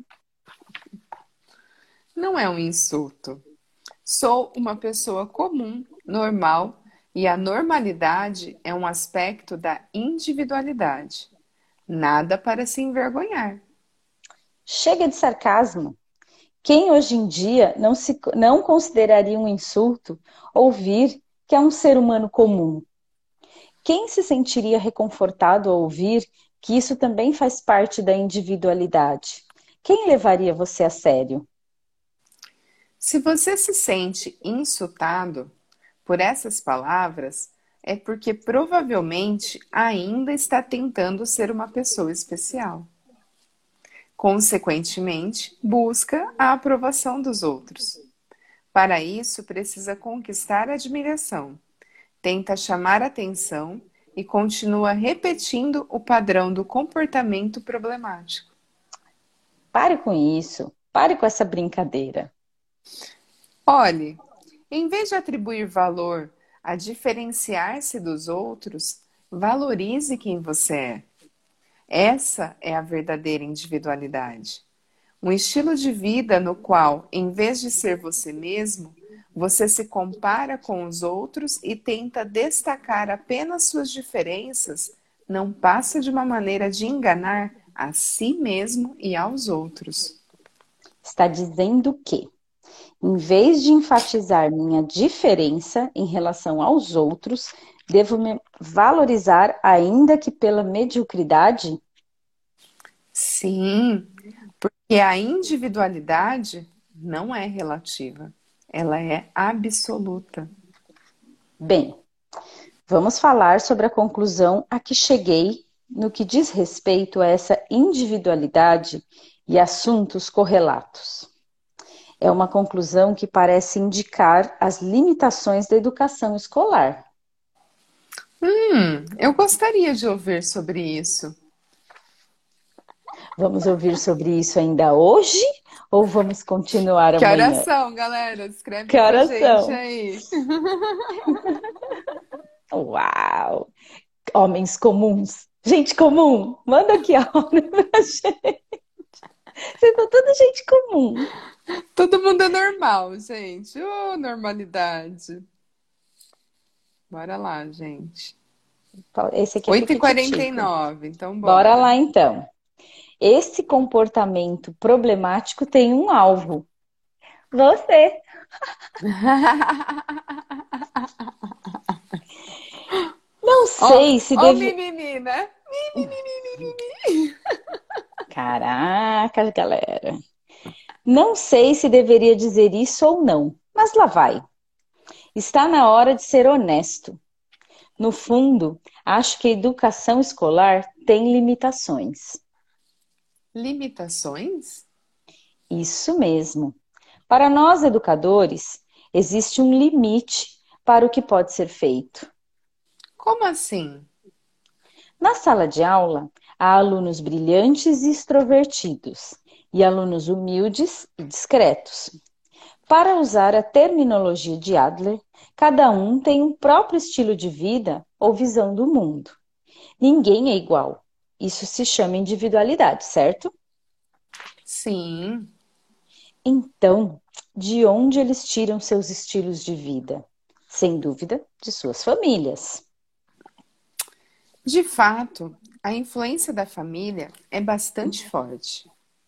Não é um insulto. Sou uma pessoa comum, normal, e a normalidade é um aspecto da individualidade. Nada para se envergonhar. Chega de sarcasmo. Quem hoje em dia não, se, não consideraria um insulto ouvir que é um ser humano comum? Quem se sentiria reconfortado ao ouvir que isso também faz parte da individualidade? Quem levaria você a sério? Se você se sente insultado por essas palavras, é porque provavelmente ainda está tentando ser uma pessoa especial. Consequentemente, busca a aprovação dos outros. Para isso, precisa conquistar a admiração, tenta chamar atenção e continua repetindo o padrão do comportamento problemático. Pare com isso. Pare com essa brincadeira. Olhe, em vez de atribuir valor a diferenciar-se dos outros, valorize quem você é. Essa é a verdadeira individualidade. Um estilo de vida no qual, em vez de ser você mesmo, você se compara com os outros e tenta destacar apenas suas diferenças, não passa de uma maneira de enganar a si mesmo e aos outros. Está dizendo que, em vez de enfatizar minha diferença em relação aos outros, devo me valorizar ainda que pela mediocridade? Sim, porque a individualidade não é relativa, ela é absoluta. Bem, vamos falar sobre a conclusão a que cheguei no que diz respeito a essa individualidade e assuntos correlatos. É uma conclusão que parece indicar as limitações da educação escolar. Hum, eu gostaria de ouvir sobre isso. Vamos ouvir sobre isso ainda hoje ou vamos continuar Que amanhã? oração, galera? Escreve Que pra horas gente são? aí. Uau! Homens comuns, gente comum, manda aqui a hora pra gente. Vocês são toda gente comum. Todo mundo é normal, gente. Ô, normalidade. Bora lá, gente. Esse aqui é oito e quarenta e piquititico. nove, então Bora bora. lá então. Esse comportamento problemático tem um alvo. Você. Não Ó, sei se ó o deve. mimimi, né? Caraca, galera. Não sei se deveria dizer isso ou não, mas lá vai. Está na hora de ser honesto. No fundo, acho que a educação escolar tem limitações. Limitações? Isso mesmo. Para nós educadores, existe um limite para o que pode ser feito. Como assim? Na sala de aula, há alunos brilhantes e extrovertidos e alunos humildes e discretos. Para usar a terminologia de Adler, cada um tem um próprio estilo de vida ou visão do mundo. Ninguém é igual. Isso se chama individualidade, certo? Sim. Então, de onde eles tiram seus estilos de vida? Sem dúvida, de suas famílias. De fato, a influência da família é bastante forte.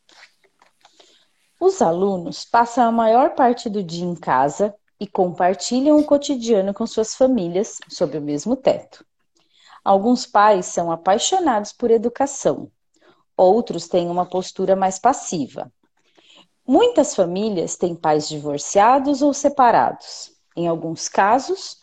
Os alunos passam a maior parte do dia em casa e compartilham o cotidiano com suas famílias sob o mesmo teto. Alguns pais são apaixonados por educação, outros têm uma postura mais passiva. Muitas famílias têm pais divorciados ou separados. Em alguns casos,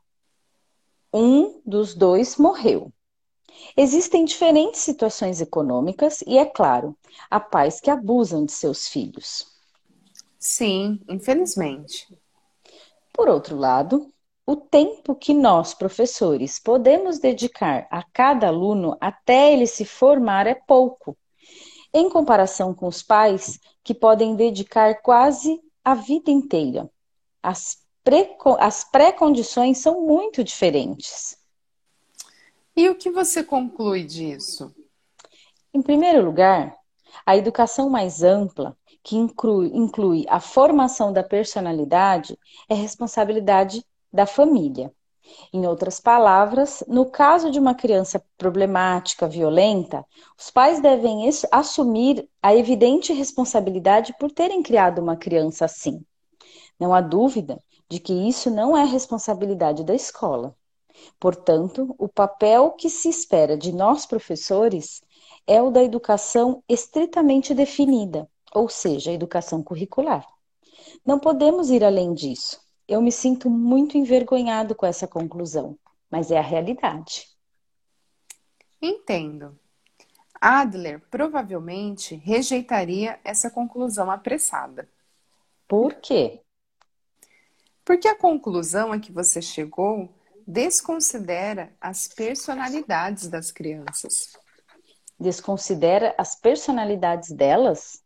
um dos dois morreu. Existem diferentes situações econômicas e, é claro, há pais que abusam de seus filhos. Sim, infelizmente. Por outro lado, o tempo que nós, professores, podemos dedicar a cada aluno até ele se formar é pouco, em comparação com os pais que podem dedicar quase a vida inteira. As, pré as pré-condições são muito diferentes. E o que você conclui disso? Em primeiro lugar, a educação mais ampla, que inclui, inclui a formação da personalidade, é responsabilidade da família. Em outras palavras, no caso de uma criança problemática, violenta, os pais devem assumir a evidente responsabilidade por terem criado uma criança assim. Não há dúvida de que isso não é responsabilidade da escola. Portanto, o papel que se espera de nós, professores, é o da educação estritamente definida, ou seja, a educação curricular. Não podemos ir além disso. Eu me sinto muito envergonhado com essa conclusão, mas é a realidade. Entendo. Adler provavelmente rejeitaria essa conclusão apressada. Por quê? Porque a conclusão a que você chegou desconsidera as personalidades das crianças. Desconsidera as personalidades delas?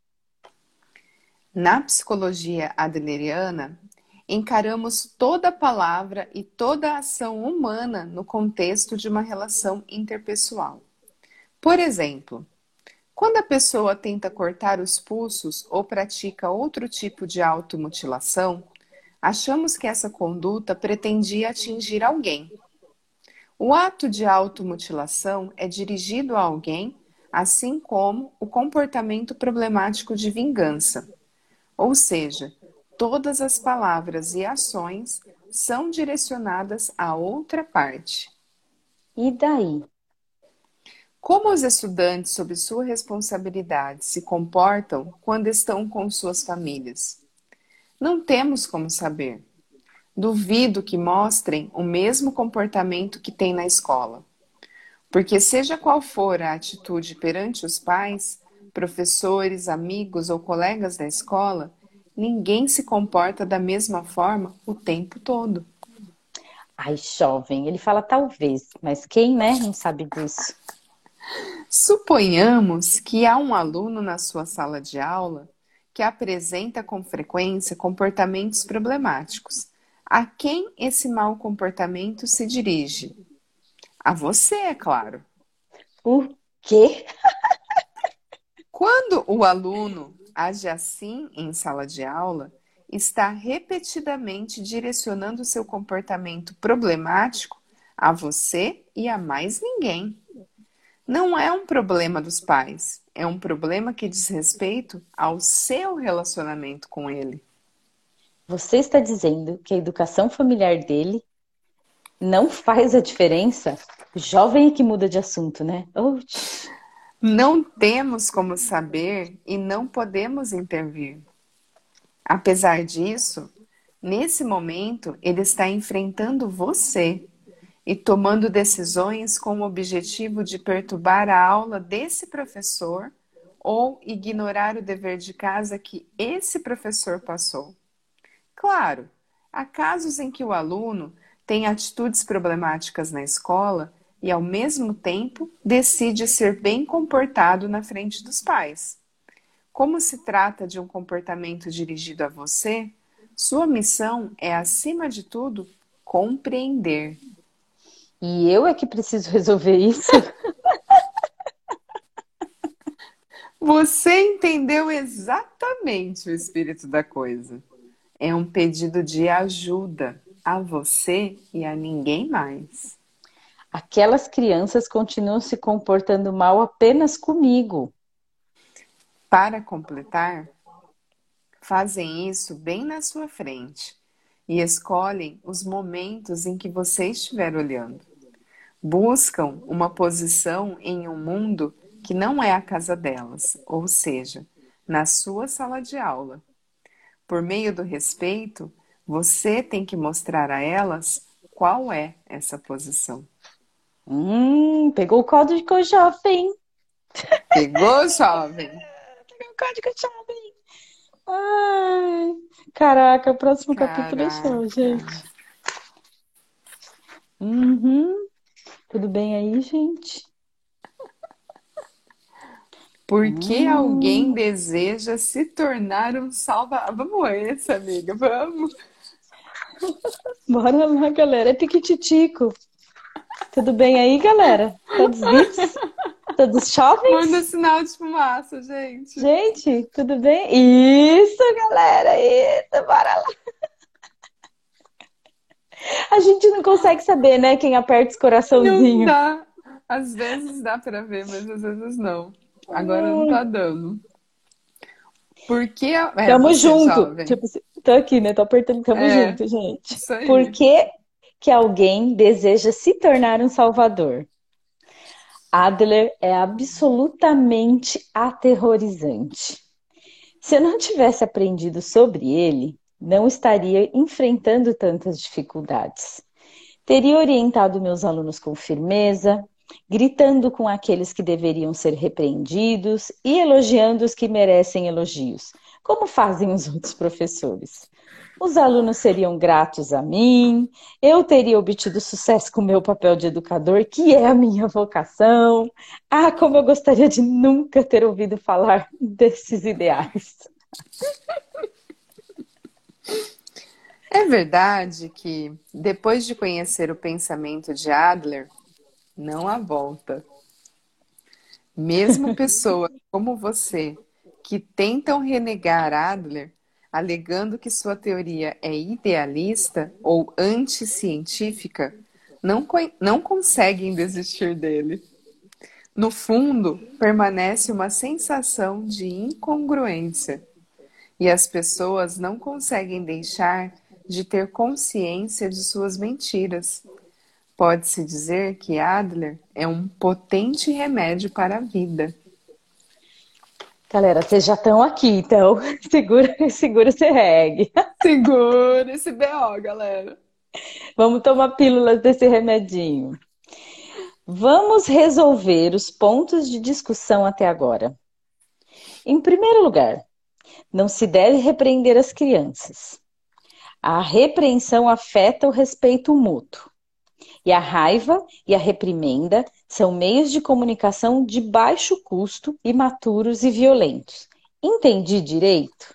Na psicologia adleriana, encaramos toda palavra e toda ação humana no contexto de uma relação interpessoal. Por exemplo, quando a pessoa tenta cortar os pulsos ou pratica outro tipo de automutilação, achamos que essa conduta pretendia atingir alguém. O ato de automutilação é dirigido a alguém, assim como o comportamento problemático de vingança. Ou seja, todas as palavras e ações são direcionadas a outra parte. E daí? Como os estudantes, sob sua responsabilidade, se comportam quando estão com suas famílias? Não temos como saber. Duvido que mostrem o mesmo comportamento que têm na escola. Porque seja qual for a atitude perante os pais, professores, amigos ou colegas da escola, ninguém se comporta da mesma forma o tempo todo. Ai, jovem, ele fala talvez, mas quem, né, não sabe disso? Suponhamos que há um aluno na sua sala de aula que apresenta com frequência comportamentos problemáticos. A quem esse mau comportamento se dirige? A você, é claro. O quê? Quando o aluno age assim em sala de aula, está repetidamente direcionando seu comportamento problemático a você e a mais ninguém. Não é um problema dos pais, é um problema que diz respeito ao seu relacionamento com ele. Você está dizendo que a educação familiar dele não faz a diferença? O jovem é que muda de assunto, né? Ouch. Não temos como saber e não podemos intervir. Apesar disso, nesse momento, ele está enfrentando você e tomando decisões com o objetivo de perturbar a aula desse professor ou ignorar o dever de casa que esse professor passou. Claro, há casos em que o aluno tem atitudes problemáticas na escola e, ao mesmo tempo, decide ser bem comportado na frente dos pais. Como se trata de um comportamento dirigido a você, sua missão é, acima de tudo, compreender. E eu é que preciso resolver isso? Você entendeu exatamente o espírito da coisa. É um pedido de ajuda a você e a ninguém mais. Aquelas crianças continuam se comportando mal apenas comigo. Para completar, fazem isso bem na sua frente e escolhem os momentos em que você estiver olhando. Buscam uma posição em um mundo que não é a casa delas, ou seja, na sua sala de aula. Por meio do respeito, você tem que mostrar a elas qual é essa posição. Hum, pegou o código jovem. Pegou, jovem? Pegou o código jovem. Ai, caraca, o próximo capítulo é show, Caraca. gente. Uhum. Tudo bem aí, gente? Por que alguém Hum. deseja se tornar um salva... Vamos esse, amiga, vamos. Bora lá, galera. É Piquititico. Tudo bem aí, galera? Todos vivos? Todos jovens? Manda sinal de fumaça, gente. Gente, tudo bem? Isso, galera. Isso, bora lá. A gente não consegue saber, né? Quem aperta os Não coraçãozinhos. dá. Às vezes dá pra ver, mas às vezes não. Agora não tá dando. Por que... a- É, Tamo você, junto. jovem. Tipo, assim, tô aqui, né? Tô apertando. Tamo É, junto, gente. isso aí. Por que que alguém deseja se tornar um salvador? Adler é absolutamente aterrorizante. Se eu não tivesse aprendido sobre ele, não estaria enfrentando tantas dificuldades. Teria orientado meus alunos com firmeza, gritando com aqueles que deveriam ser repreendidos e elogiando os que merecem elogios. como fazem os outros professores. Os alunos seriam gratos a mim, eu teria obtido sucesso com o meu papel de educador, que é a minha vocação. Ah, como eu gostaria de nunca ter ouvido falar desses ideais. É verdade que, depois de conhecer o pensamento de Adler, não há volta. Mesmo pessoas como você, que tentam renegar Adler, alegando que sua teoria é idealista ou anticientífica, não, não conseguem desistir dele. No fundo, permanece uma sensação de incongruência, e as pessoas não conseguem deixar de ter consciência de suas mentiras. Pode-se dizer que Adler é um potente remédio para a vida. Galera, vocês já estão aqui, então segura, segura esse reggae. Segura esse B O, galera. Vamos tomar pílulas desse remedinho. Vamos resolver os pontos de discussão até agora. Em primeiro lugar, não se deve repreender as crianças. A repreensão afeta o respeito mútuo. E a raiva e a reprimenda são meios de comunicação de baixo custo, imaturos e violentos. Entendi direito?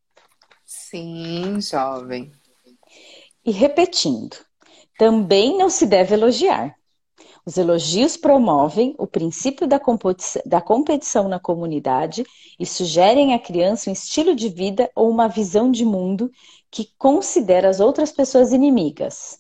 Sim, jovem. E repetindo, também não se deve elogiar. Os elogios promovem o princípio da competição, da competição na comunidade e sugerem à criança um estilo de vida ou uma visão de mundo que considera as outras pessoas inimigas.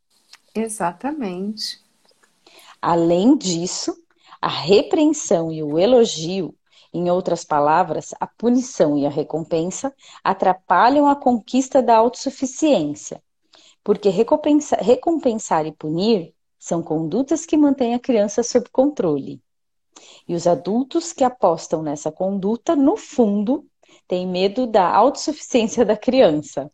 Exatamente. Além disso, a repreensão e o elogio, em outras palavras, a punição e a recompensa, atrapalham a conquista da autossuficiência, porque recompensar, recompensar e punir são condutas que mantêm a criança sob controle. E os adultos que apostam nessa conduta, no fundo, têm medo da autossuficiência da criança.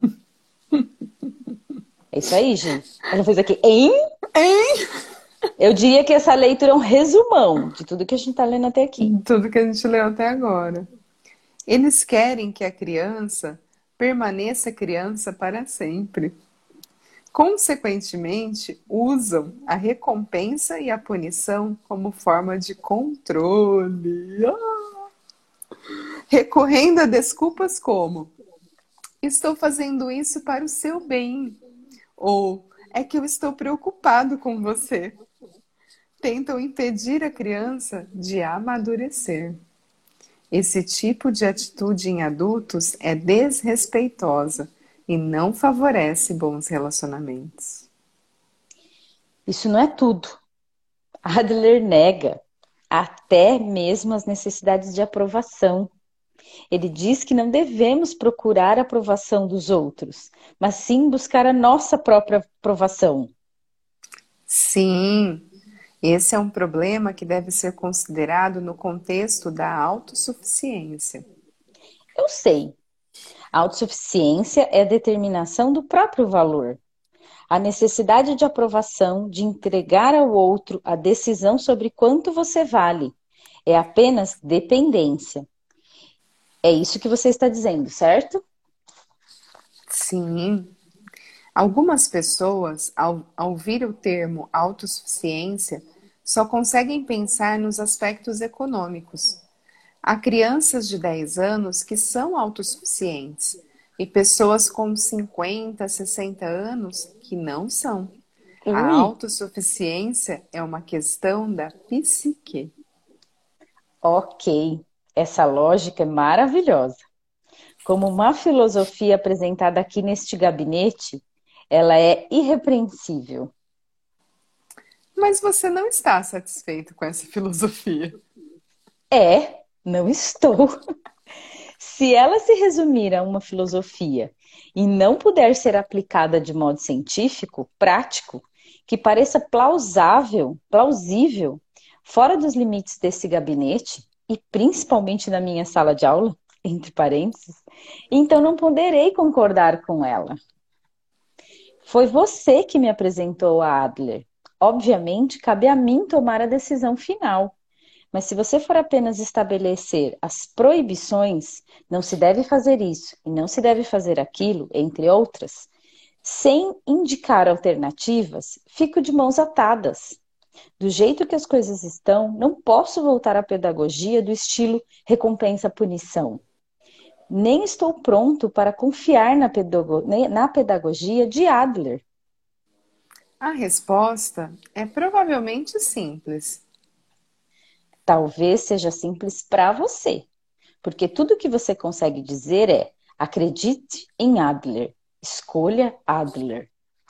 É isso aí, Gi. Ela fez aqui, hein? Hein? Eu diria que essa leitura é um resumão de tudo que a gente está lendo até aqui. Tudo que a gente leu até agora. Eles querem que a criança permaneça criança para sempre. Consequentemente, usam a recompensa e a punição como forma de controle. Ah! Recorrendo a desculpas como: estou fazendo isso para o seu bem, ou é que eu estou preocupado com você. Tentam impedir a criança de amadurecer. Esse tipo de atitude em adultos é desrespeitosa e não favorece bons relacionamentos. Isso não é tudo. Adler nega até mesmo as necessidades de aprovação. Ele diz que não devemos procurar a aprovação dos outros, mas sim buscar a nossa própria aprovação. Sim, esse é um problema que deve ser considerado no contexto da autossuficiência. Eu sei. A autossuficiência é a determinação do próprio valor. A necessidade de aprovação, de entregar ao outro a decisão sobre quanto você vale, é apenas dependência. É isso que você está dizendo, certo? Sim. Algumas pessoas, ao, ao ouvir o termo autossuficiência, só conseguem pensar nos aspectos econômicos. Há crianças de dez anos que são autossuficientes e pessoas com cinquenta, sessenta anos que não são. Ui. A autossuficiência é uma questão da psique. Ok, essa lógica é maravilhosa. Como uma filosofia apresentada aqui neste gabinete, ela é irrepreensível. Mas você não está satisfeito com essa filosofia? É, não estou. Se ela se resumir a uma filosofia e não puder ser aplicada de modo científico, prático, que pareça plausável, plausível, fora dos limites desse gabinete, e principalmente na minha sala de aula, entre parênteses, então não poderei concordar com ela. Foi você que me apresentou a Adler. Obviamente, cabe a mim tomar a decisão final. Mas se você for apenas estabelecer as proibições, não se deve fazer isso e não se deve fazer aquilo, entre outras, sem indicar alternativas, fico de mãos atadas. Do jeito que as coisas estão, não posso voltar à pedagogia do estilo recompensa-punição. Nem estou pronto para confiar na, pedago- na pedagogia de Adler. A resposta é provavelmente simples. Talvez seja simples para você, porque tudo que você consegue dizer é: acredite em Adler, escolha Adler.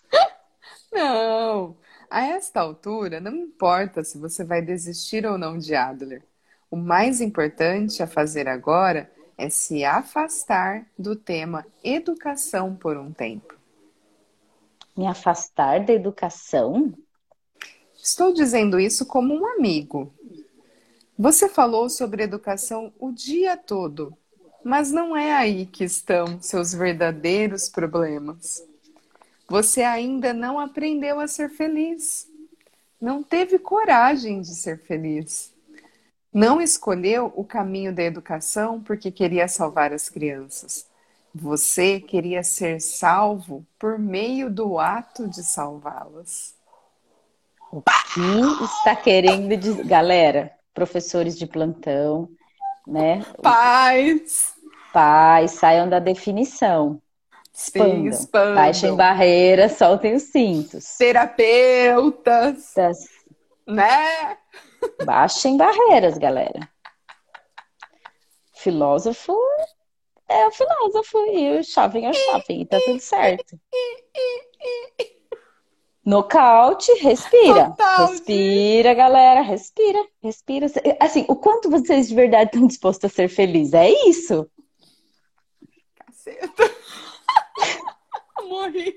Não! A esta altura, não importa se você vai desistir ou não de Adler. O mais importante a fazer agora é se afastar do tema educação por um tempo. Me afastar da educação? Estou dizendo isso como um amigo. Você falou sobre educação o dia todo, mas não é aí que estão seus verdadeiros problemas. Você ainda não aprendeu a ser feliz. Não teve coragem de ser feliz. Não escolheu o caminho da educação porque queria salvar as crianças. Você queria ser salvo por meio do ato de salvá-las. O que está querendo dizer? Galera, professores de plantão, né? Paz! Pais, saiam da definição. Sim, Expandam. Baixem expandam. barreiras, soltem os cintos. Terapeutas, Das- né? Baixem barreiras, galera. Filósofo é o filósofo e o shopping é o shopping, e tá tudo certo. Nocaute, respira. Total de Respira, galera, respira, respira. Assim, o quanto vocês de verdade estão dispostos a ser felizes? É isso. caceta. Morri.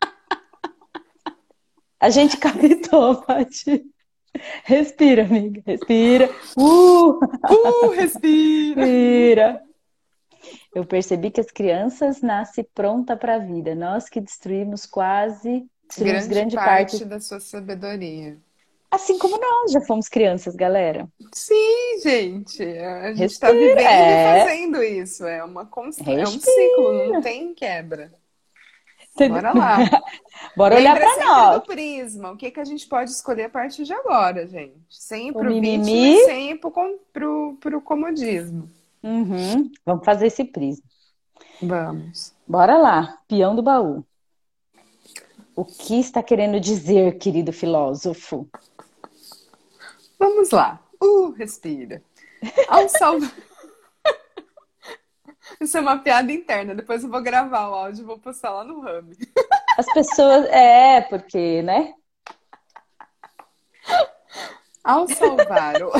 A gente capitou, Paty. Respira, amiga, respira. Uh, Uh, respira. respira. Eu percebi que as crianças nascem pronta para a vida. Nós que destruímos quase, destruímos Grande grande parte. parte da sua sabedoria. Assim como nós já fomos crianças, galera. Sim, gente. A gente está Respira, vivendo e é. fazendo isso. É, uma const... é um Respira. ciclo, não tem quebra. Bora lá. Bora olhar Lembra para sempre nós. do prisma. O que, que a gente pode escolher a partir de agora, gente? Sem ir O pro vítima mimimi. e sem ir pro, com- pro, pro comodismo. Uhum. Vamos fazer esse prisma. Vamos. Bora lá, peão do baú. O que está querendo dizer, querido filósofo? Vamos lá. Uh, respira. Ao salvar. Isso é uma piada interna. Depois eu vou gravar o áudio e vou postar lá no Hub. As pessoas. É, porque, né? Ao salvar o.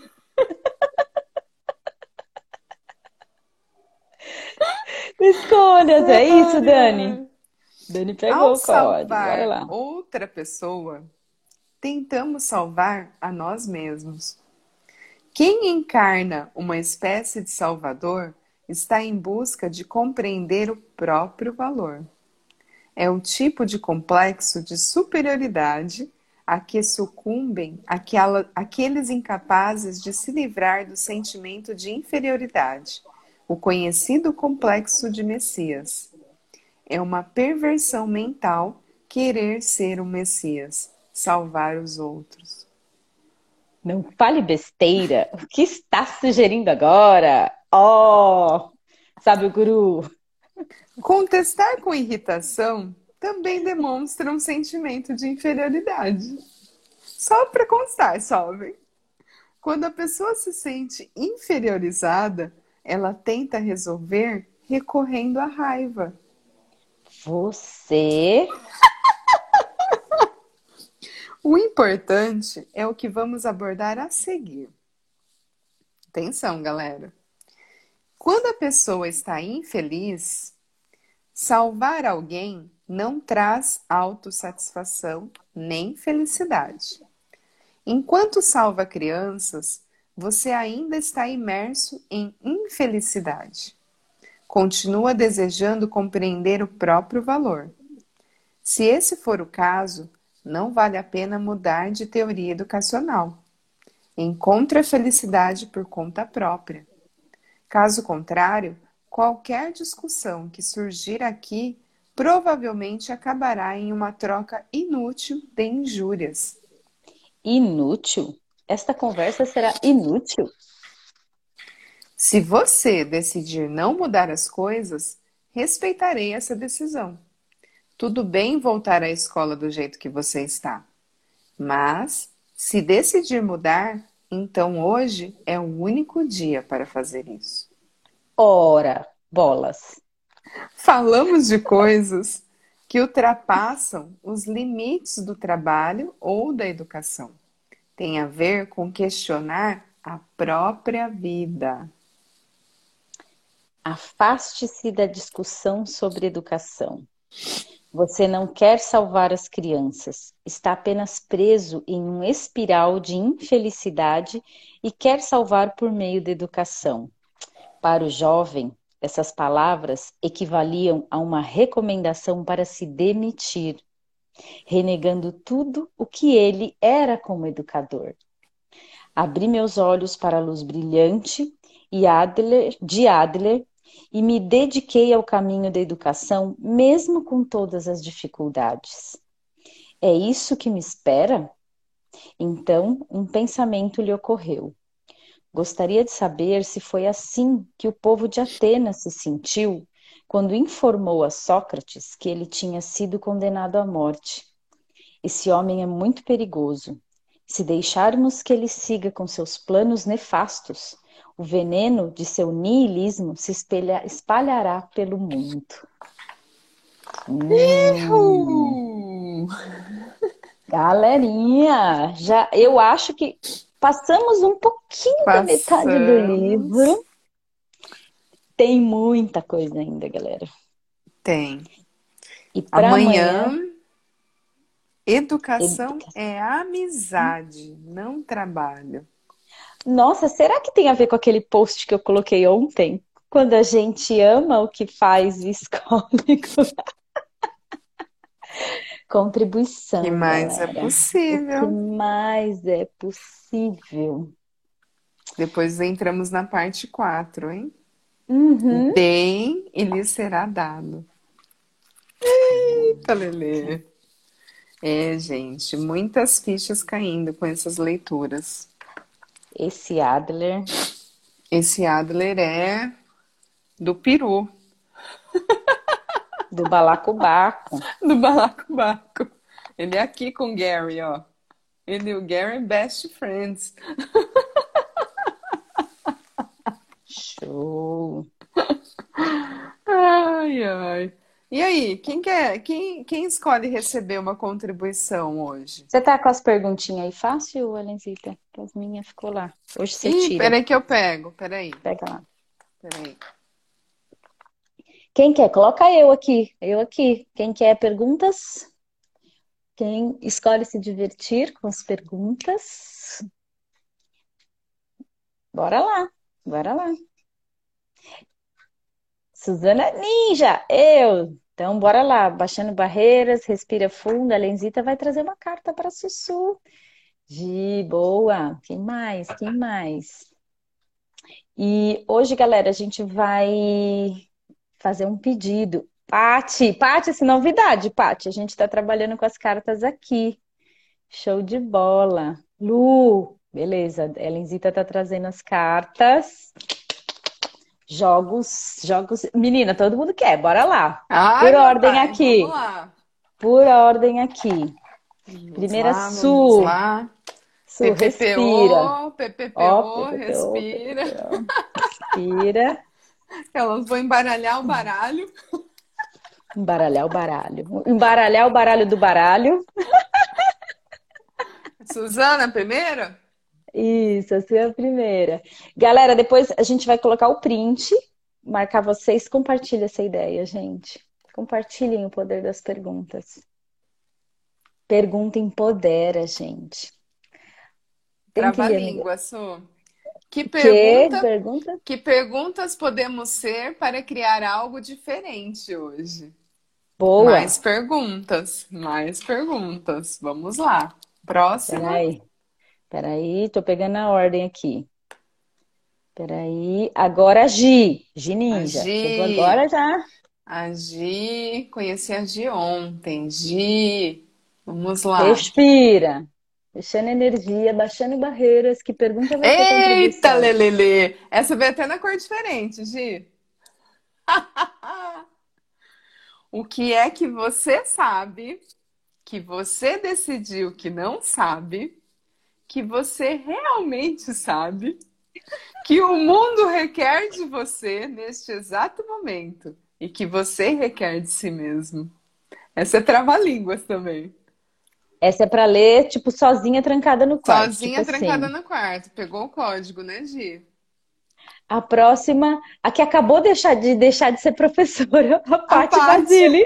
Escolhas, é isso, Dani? Dani pegou Ao o código, bora salvar lá. outra pessoa, tentamos salvar a nós mesmos. Quem encarna uma espécie de salvador está em busca de compreender o próprio valor. É um tipo de complexo de superioridade a que sucumbem aquela, aqueles incapazes de se livrar do sentimento de inferioridade, o conhecido complexo de Messias. É uma perversão mental querer ser um Messias, salvar os outros. Não fale besteira. O que está sugerindo agora? Oh, sabe o guru? Contestar com irritação também demonstra um sentimento de inferioridade. Só para constar, jovem. Quando a pessoa se sente inferiorizada, ela tenta resolver recorrendo à raiva. Você. O importante é o que vamos abordar a seguir. Atenção, galera. Quando a pessoa está infeliz, salvar alguém não traz autossatisfação nem felicidade. Enquanto salva crianças, você ainda está imerso em infelicidade. Continua desejando compreender o próprio valor. Se esse for o caso, não vale a pena mudar de teoria educacional. Encontre a felicidade por conta própria. Caso contrário, qualquer discussão que surgir aqui provavelmente acabará em uma troca inútil de injúrias. Inútil? Esta conversa será inútil? Se você decidir não mudar as coisas, respeitarei essa decisão. Tudo bem voltar à escola do jeito que você está. Mas, se decidir mudar, então hoje é o único dia para fazer isso. Ora, bolas. Falamos de coisas que ultrapassam os limites do trabalho ou da educação. Tem a ver com questionar a própria vida. Afaste-se da discussão sobre educação. Você não quer salvar as crianças, está apenas preso em um espiral de infelicidade e quer salvar por meio da educação. Para o jovem, essas palavras equivaliam a uma recomendação para se demitir, renegando tudo o que ele era como educador. Abri meus olhos para a luz brilhante e Adler, de Adler e me dediquei ao caminho da educação, mesmo com todas as dificuldades. É isso que me espera? Então, um pensamento lhe ocorreu. Gostaria de saber se foi assim que o povo de Atenas se sentiu quando informou a Sócrates que ele tinha sido condenado à morte. Esse homem é muito perigoso. Se deixarmos que ele siga com seus planos nefastos, o veneno de seu niilismo se espelha, espalhará pelo mundo. Hum, Uhul! galerinha, já, eu acho que passamos um pouquinho da metade do Passamos. livro. Tem muita coisa ainda, galera. Tem. E para amanhã, Amanhã, educação educação. é amizade, não trabalho. Nossa, será que tem a ver com aquele post que eu coloquei ontem? Quando a gente ama o que faz e escolhe. Que Contribuição, mais é galera. O que possível? mais é possível? Depois entramos na parte quatro, hein? Uhum. Deem e lhe será dado. Eita, Lelê. É, gente, muitas fichas caindo com essas leituras. Esse Adler Esse Adler é do peru, do Balacobaco. do balacobaco. Ele é aqui com o Gary, ó. Ele e o Gary best friends. Show. Ai, ai. E aí, quem quer, quem, quem escolhe receber uma contribuição hoje? Você tá com as perguntinhas aí fácil, Alenzita? Que as minhas ficou lá. Hoje você Ih, tira. peraí que eu pego. Peraí, Pega lá. peraí. Quem quer? Coloca eu aqui. Eu aqui. Quem quer perguntas? Quem escolhe se divertir com as perguntas? Bora lá. Bora lá. Suzana Ninja, eu. Então, bora lá. Baixando barreiras, respira fundo. A Lenzita vai trazer uma carta para Sussu. De boa. Quem mais? Quem mais? E hoje, galera, a gente vai fazer um pedido. Pati, Pati, essa é novidade, Pati. A gente está trabalhando com as cartas aqui. Show de bola. Lu, beleza. A Lenzita tá trazendo as cartas. Jogos, jogos. Menina, todo mundo quer, bora lá. Ai, Por meu ordem pai, vamos aqui. lá. Por ordem aqui. Vamos Primeira, lá, vamos Su. lá. Su, respira. P P P O, Ó, P P P O, P P P O, respira. P P P O. Respira. Elas vão embaralhar o baralho. Embaralhar o baralho. Embaralhar o baralho do baralho. Suzana, primeiro? Isso, essa é a primeira. Galera, depois a gente vai colocar o print, marcar vocês, compartilha essa ideia, gente. Compartilhem o poder das perguntas. Pergunta empodera, gente. Tenta ir, amiga. Trava-língua, Su. Que Que pergunta, pergunta? que perguntas podemos ser para criar algo diferente hoje? Boa. Mais perguntas, mais perguntas. Vamos lá. Próxima. Peraí. Peraí, tô pegando a ordem aqui. Peraí. Agora a Gi. Gi A Ninja. Chegou Gi. agora já. A Gi. Conheci a Gi ontem. Gi. Vamos lá. Respira. Deixando energia, baixando barreiras. Que pergunta vai ser Eita, contribuição? Lelele! Essa veio até na cor diferente, Gi. O que é que você sabe, que você decidiu que não sabe, que você realmente sabe, que o mundo requer de você neste exato momento e que você requer de si mesmo? Essa é trava-línguas também. Essa é pra ler, tipo, sozinha, trancada no quarto. Tipo Sozinha trancada assim. no quarto. Pegou o código, né, Gi? A próxima, a que acabou deixar de deixar de ser professora, a A Paty Paty. Basile.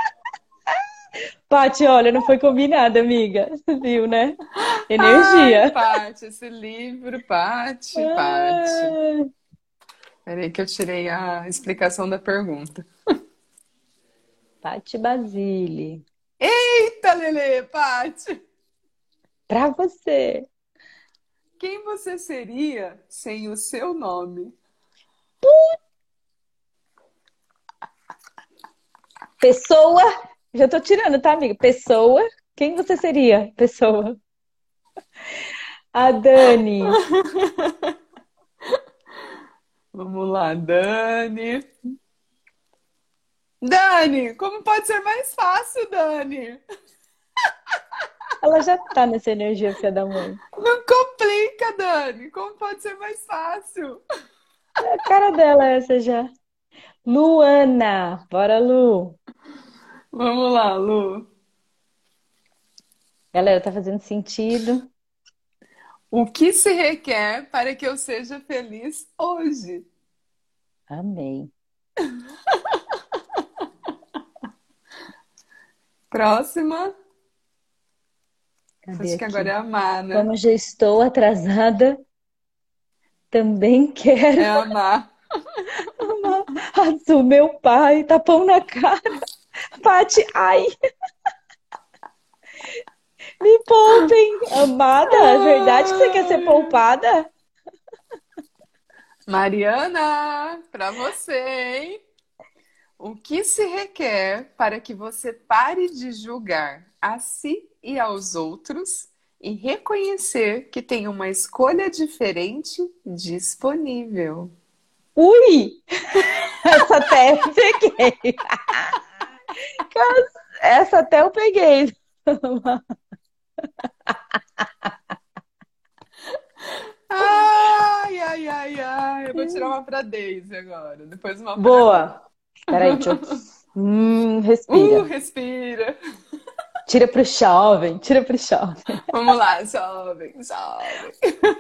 Paty, olha, não foi combinado, amiga. Viu, né? Ai, Energia. Paty, esse livro, Paty, Paty. Ah, Peraí que eu tirei a explicação da pergunta. Paty Basile. Eita, Lelê, Paty! Pra você. Quem você seria sem o seu nome? Pessoa. Já tô tirando, tá, amiga? Pessoa. Quem você seria? Pessoa. A Dani. Vamos lá, Dani. Dani, como pode ser mais fácil, Dani? Ela já tá nessa energia, filha da mãe. Não complica, Dani. Como pode ser mais fácil? É a cara dela essa já. Luana. Bora, Lu. Vamos lá, Lu. Galera, tá fazendo sentido? O que se requer para que eu seja feliz hoje? Amei. Próxima. Cadê Acho que agora é aqui? a Má, né? Como já estou atrasada, também É quero a Má. amar azul, meu pai, tapão na cara. Pati, ai, me poupem. Amada, é verdade que você quer ser Ai. poupada? Mariana, para você, hein? O que se requer para que você pare de julgar a si e aos outros e reconhecer que tem uma escolha diferente disponível? Ui, essa até eu peguei. Essa até eu peguei. Ai, ai, ai, ai. Eu vou tirar uma pra Daisy agora, depois uma pra mim. Boa. Peraí, deixa eu... Hum, Uh, respira. respira. Tira pro jovem, tira pro jovem. Vamos lá, jovem, jovem.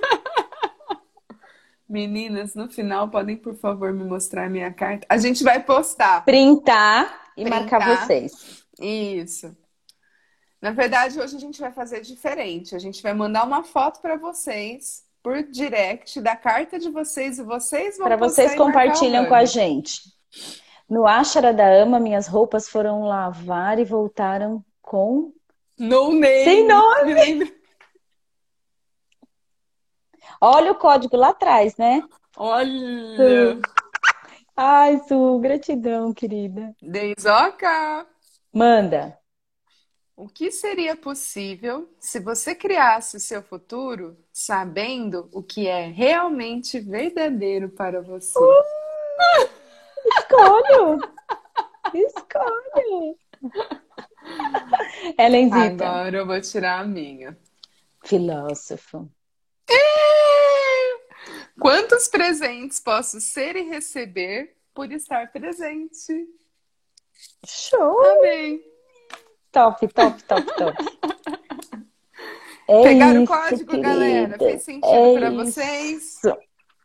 Meninas, no final, podem, por favor, me mostrar minha carta? A gente vai postar, Printar e marcar printar. vocês. Isso. Na verdade, hoje a gente vai fazer diferente. A gente vai mandar uma foto para vocês por direct da carta de vocês e vocês vão Para vocês postar e marcar o compartilham com a Rani. gente. No Ashara da Ama, minhas roupas foram lavar e voltaram com... No Sem name. Me nome! lembra? Olha o código lá atrás, né? Olha. Su. Ai, Su, gratidão, querida. Deisoca. Manda. O que seria possível se você criasse o seu futuro sabendo o que é realmente verdadeiro para você? Escolho! Escolho! Helenzita. Agora eu vou tirar a minha. Filósofo. Quantos presentes posso ser e receber por estar presente? Show! Amém. Top, top, top, top. É Pegaram o isso, código, galera? querida. Fez sentido É para vocês? isso.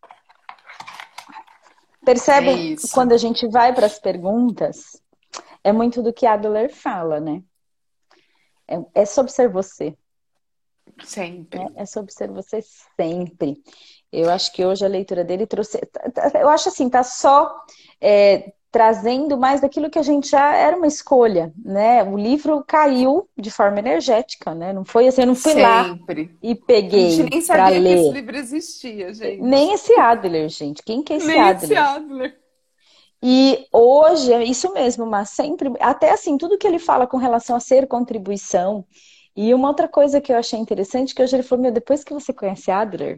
É Percebem isso. quando a gente vai para as perguntas, é muito do que Adler fala, né? É, é sobre ser você, né? Sempre. É sobre ser você sempre. Eu acho que hoje a leitura dele trouxe. Eu acho assim, tá só. É, trazendo mais daquilo que a gente já era uma escolha, né? O livro caiu de forma energética, né? Não foi assim, eu não fui lá Sempre. e A gente peguei nem para sabia que esse ler. livro existia, gente. Nem esse Adler, gente. Quem que é esse Nem esse Adler? Adler. E hoje é isso mesmo, mas sempre, até assim, tudo que ele fala com relação a ser contribuição. E uma outra coisa que eu achei interessante, que hoje ele falou, meu, depois que você conhece Adler,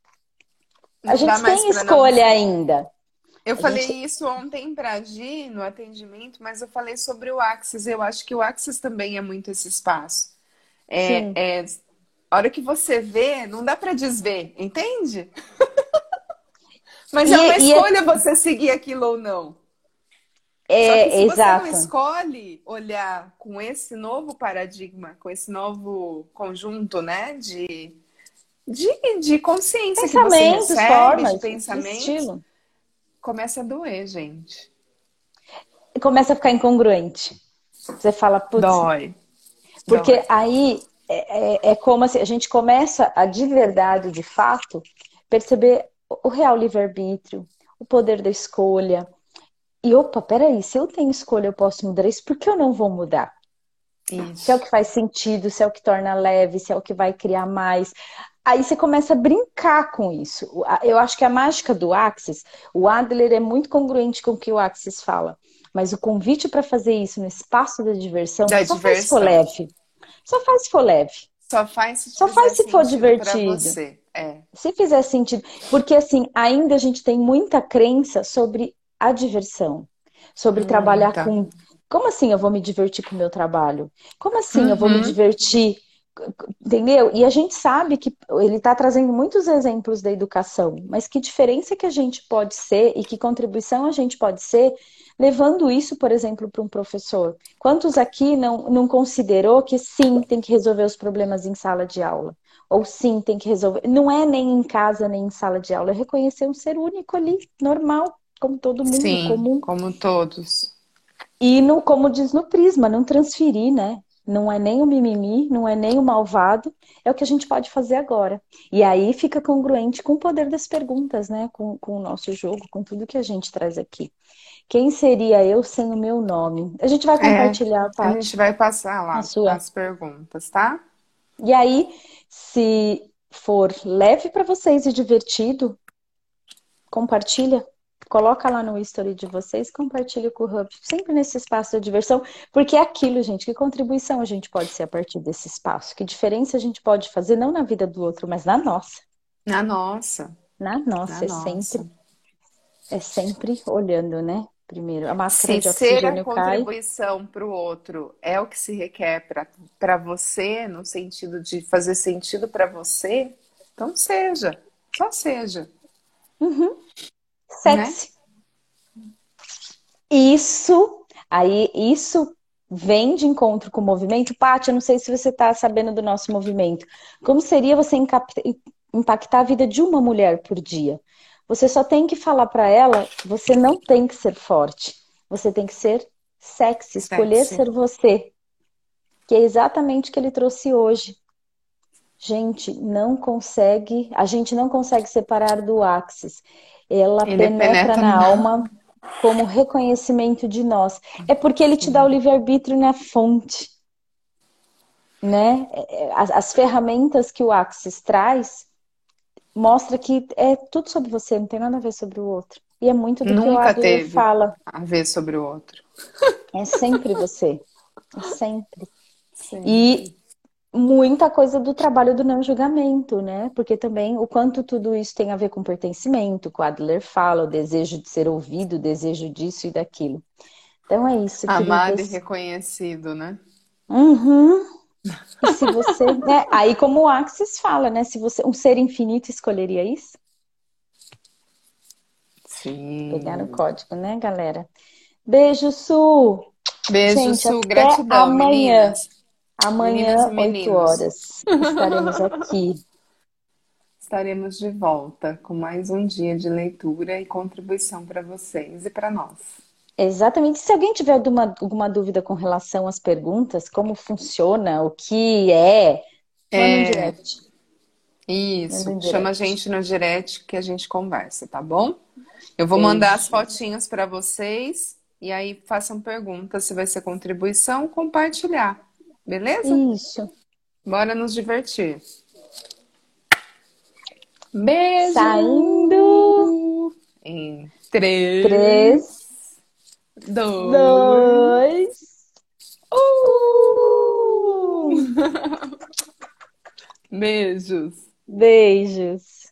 a Não dá gente mais tem para não. escolha ainda. Eu A gente, falei isso ontem para a Gi no atendimento, mas eu falei sobre o Axis. Eu acho que o Axis também é muito esse espaço. sim. É, é a hora que você vê, não dá para desver, entende? Mas E, é uma e é, escolha você seguir aquilo ou não. Só que é se você não exato. escolhe olhar com esse novo paradigma, com esse novo conjunto, né, de, de, de consciência que você Pensamentos, recebe, de formas, de pensamentos, estilo. começa a doer, gente. E começa a ficar incongruente. Você fala, putz, Dói, dói. porque aí é, é, é como assim, a gente começa a de verdade, de fato, perceber o real livre-arbítrio, o poder da escolha. E opa, peraí, se eu tenho escolha, eu posso mudar isso, por que eu não vou mudar? Se é o Isso. que faz sentido, se é o que torna leve, se é o que vai criar mais. Aí você começa a brincar com isso. Eu acho que a mágica do Axis, o Adler é muito congruente com o que o Axis fala. Mas o convite para fazer isso no espaço da diversão, Da só faz se for diversão. leve. Só faz se for leve. Só faz se Só fizer faz se for sentido para divertido. você. É. Se fizer sentido. Porque, assim, ainda a gente tem muita crença sobre a diversão. Sobre trabalhar Muita. com. Como assim eu vou me divertir com o meu trabalho? Como assim eu vou me Uhum. divertir? Entendeu? E a gente sabe que ele está trazendo muitos exemplos da educação, mas que diferença que a gente pode ser e que contribuição a gente pode ser levando isso, por exemplo, para um professor? Quantos aqui não, não considerou que sim, tem que resolver os problemas em sala de aula? Ou sim, tem que resolver. Não é nem em casa, nem em sala de aula, é reconhecer um ser único ali, normal, como todo mundo, Sim, comum. como todos. E no, como diz no Prisma, não transferir, né? Não é nem o mimimi, não é nem o malvado, é o que a gente pode fazer agora. E aí fica congruente com o poder das perguntas, né? Com, com o nosso jogo, com tudo que a gente traz aqui. Quem seria eu sem o meu nome? A gente vai É, compartilhar, a gente Paty, vai passar a lá sua. as perguntas, tá? E aí, se for leve para vocês e divertido, compartilha, coloca lá no history de vocês, compartilha com o Hub, sempre nesse espaço de diversão, porque é aquilo, gente, que contribuição a gente pode ser a partir desse espaço, que diferença a gente pode fazer, não na vida do outro, mas na nossa. Na nossa, Na na nossa, é nossa. sempre, é sempre olhando, né? Primeiro, a máscara Se de ser a oxigênio cai. contribuição para o outro é o que se requer para você, no sentido de fazer sentido para você, então seja, só seja, Uhum, né? sexy. Isso, aí, isso vem de encontro com o movimento. Paty, eu não sei se você está sabendo do nosso movimento. Como seria você impactar a vida de uma mulher por dia? Você só tem que falar para ela, você não tem que ser forte. Você tem que ser sexy, escolher Sexy. ser você. Que é exatamente o que ele trouxe hoje. Gente, não consegue, a gente não consegue separar do Axis. Ela Ele penetra penetra na na... alma como reconhecimento de nós. É porque ele te dá o Sim. livre-arbítrio na fonte, né? As, as ferramentas que o Axis traz mostra que é tudo sobre você, não tem nada a ver sobre o outro. E é muito do que o Nunca Adler teve fala. a ver sobre o outro. É sempre você. É sempre. E Sempre. muita coisa do trabalho do não julgamento, né? Porque também o quanto tudo isso tem a ver com pertencimento, que o Adler fala, o desejo de ser ouvido, o desejo disso e daquilo. Então é isso, Amado e queridas. reconhecido, né? Uhum. E se você, né? Aí como o Axis fala, né? Se você, um ser infinito escolheria isso? Pegar o Sim. código, né, galera? Beijo, Su! Beijo, Gente, Su. até Gratidão, amanhã. meninas. Meninas e Amanhã, oito meninos. horas. Estaremos aqui. Estaremos de volta com mais um dia de leitura e contribuição para vocês e para nós. Exatamente. Se alguém tiver alguma, alguma dúvida com relação às perguntas, como funciona, o que é, manda um É, direct. Manda isso. um Chama a direct. gente no direct que a gente conversa, tá bom? Eu vou mandar as Beijo. fotinhas para vocês E aí façam perguntas, se vai ser contribuição, compartilhar. Beleza? Isso. Bora nos divertir. Beijo! Saindo. Em três, Três, dois, dois, um. um. Beijos! Beijos.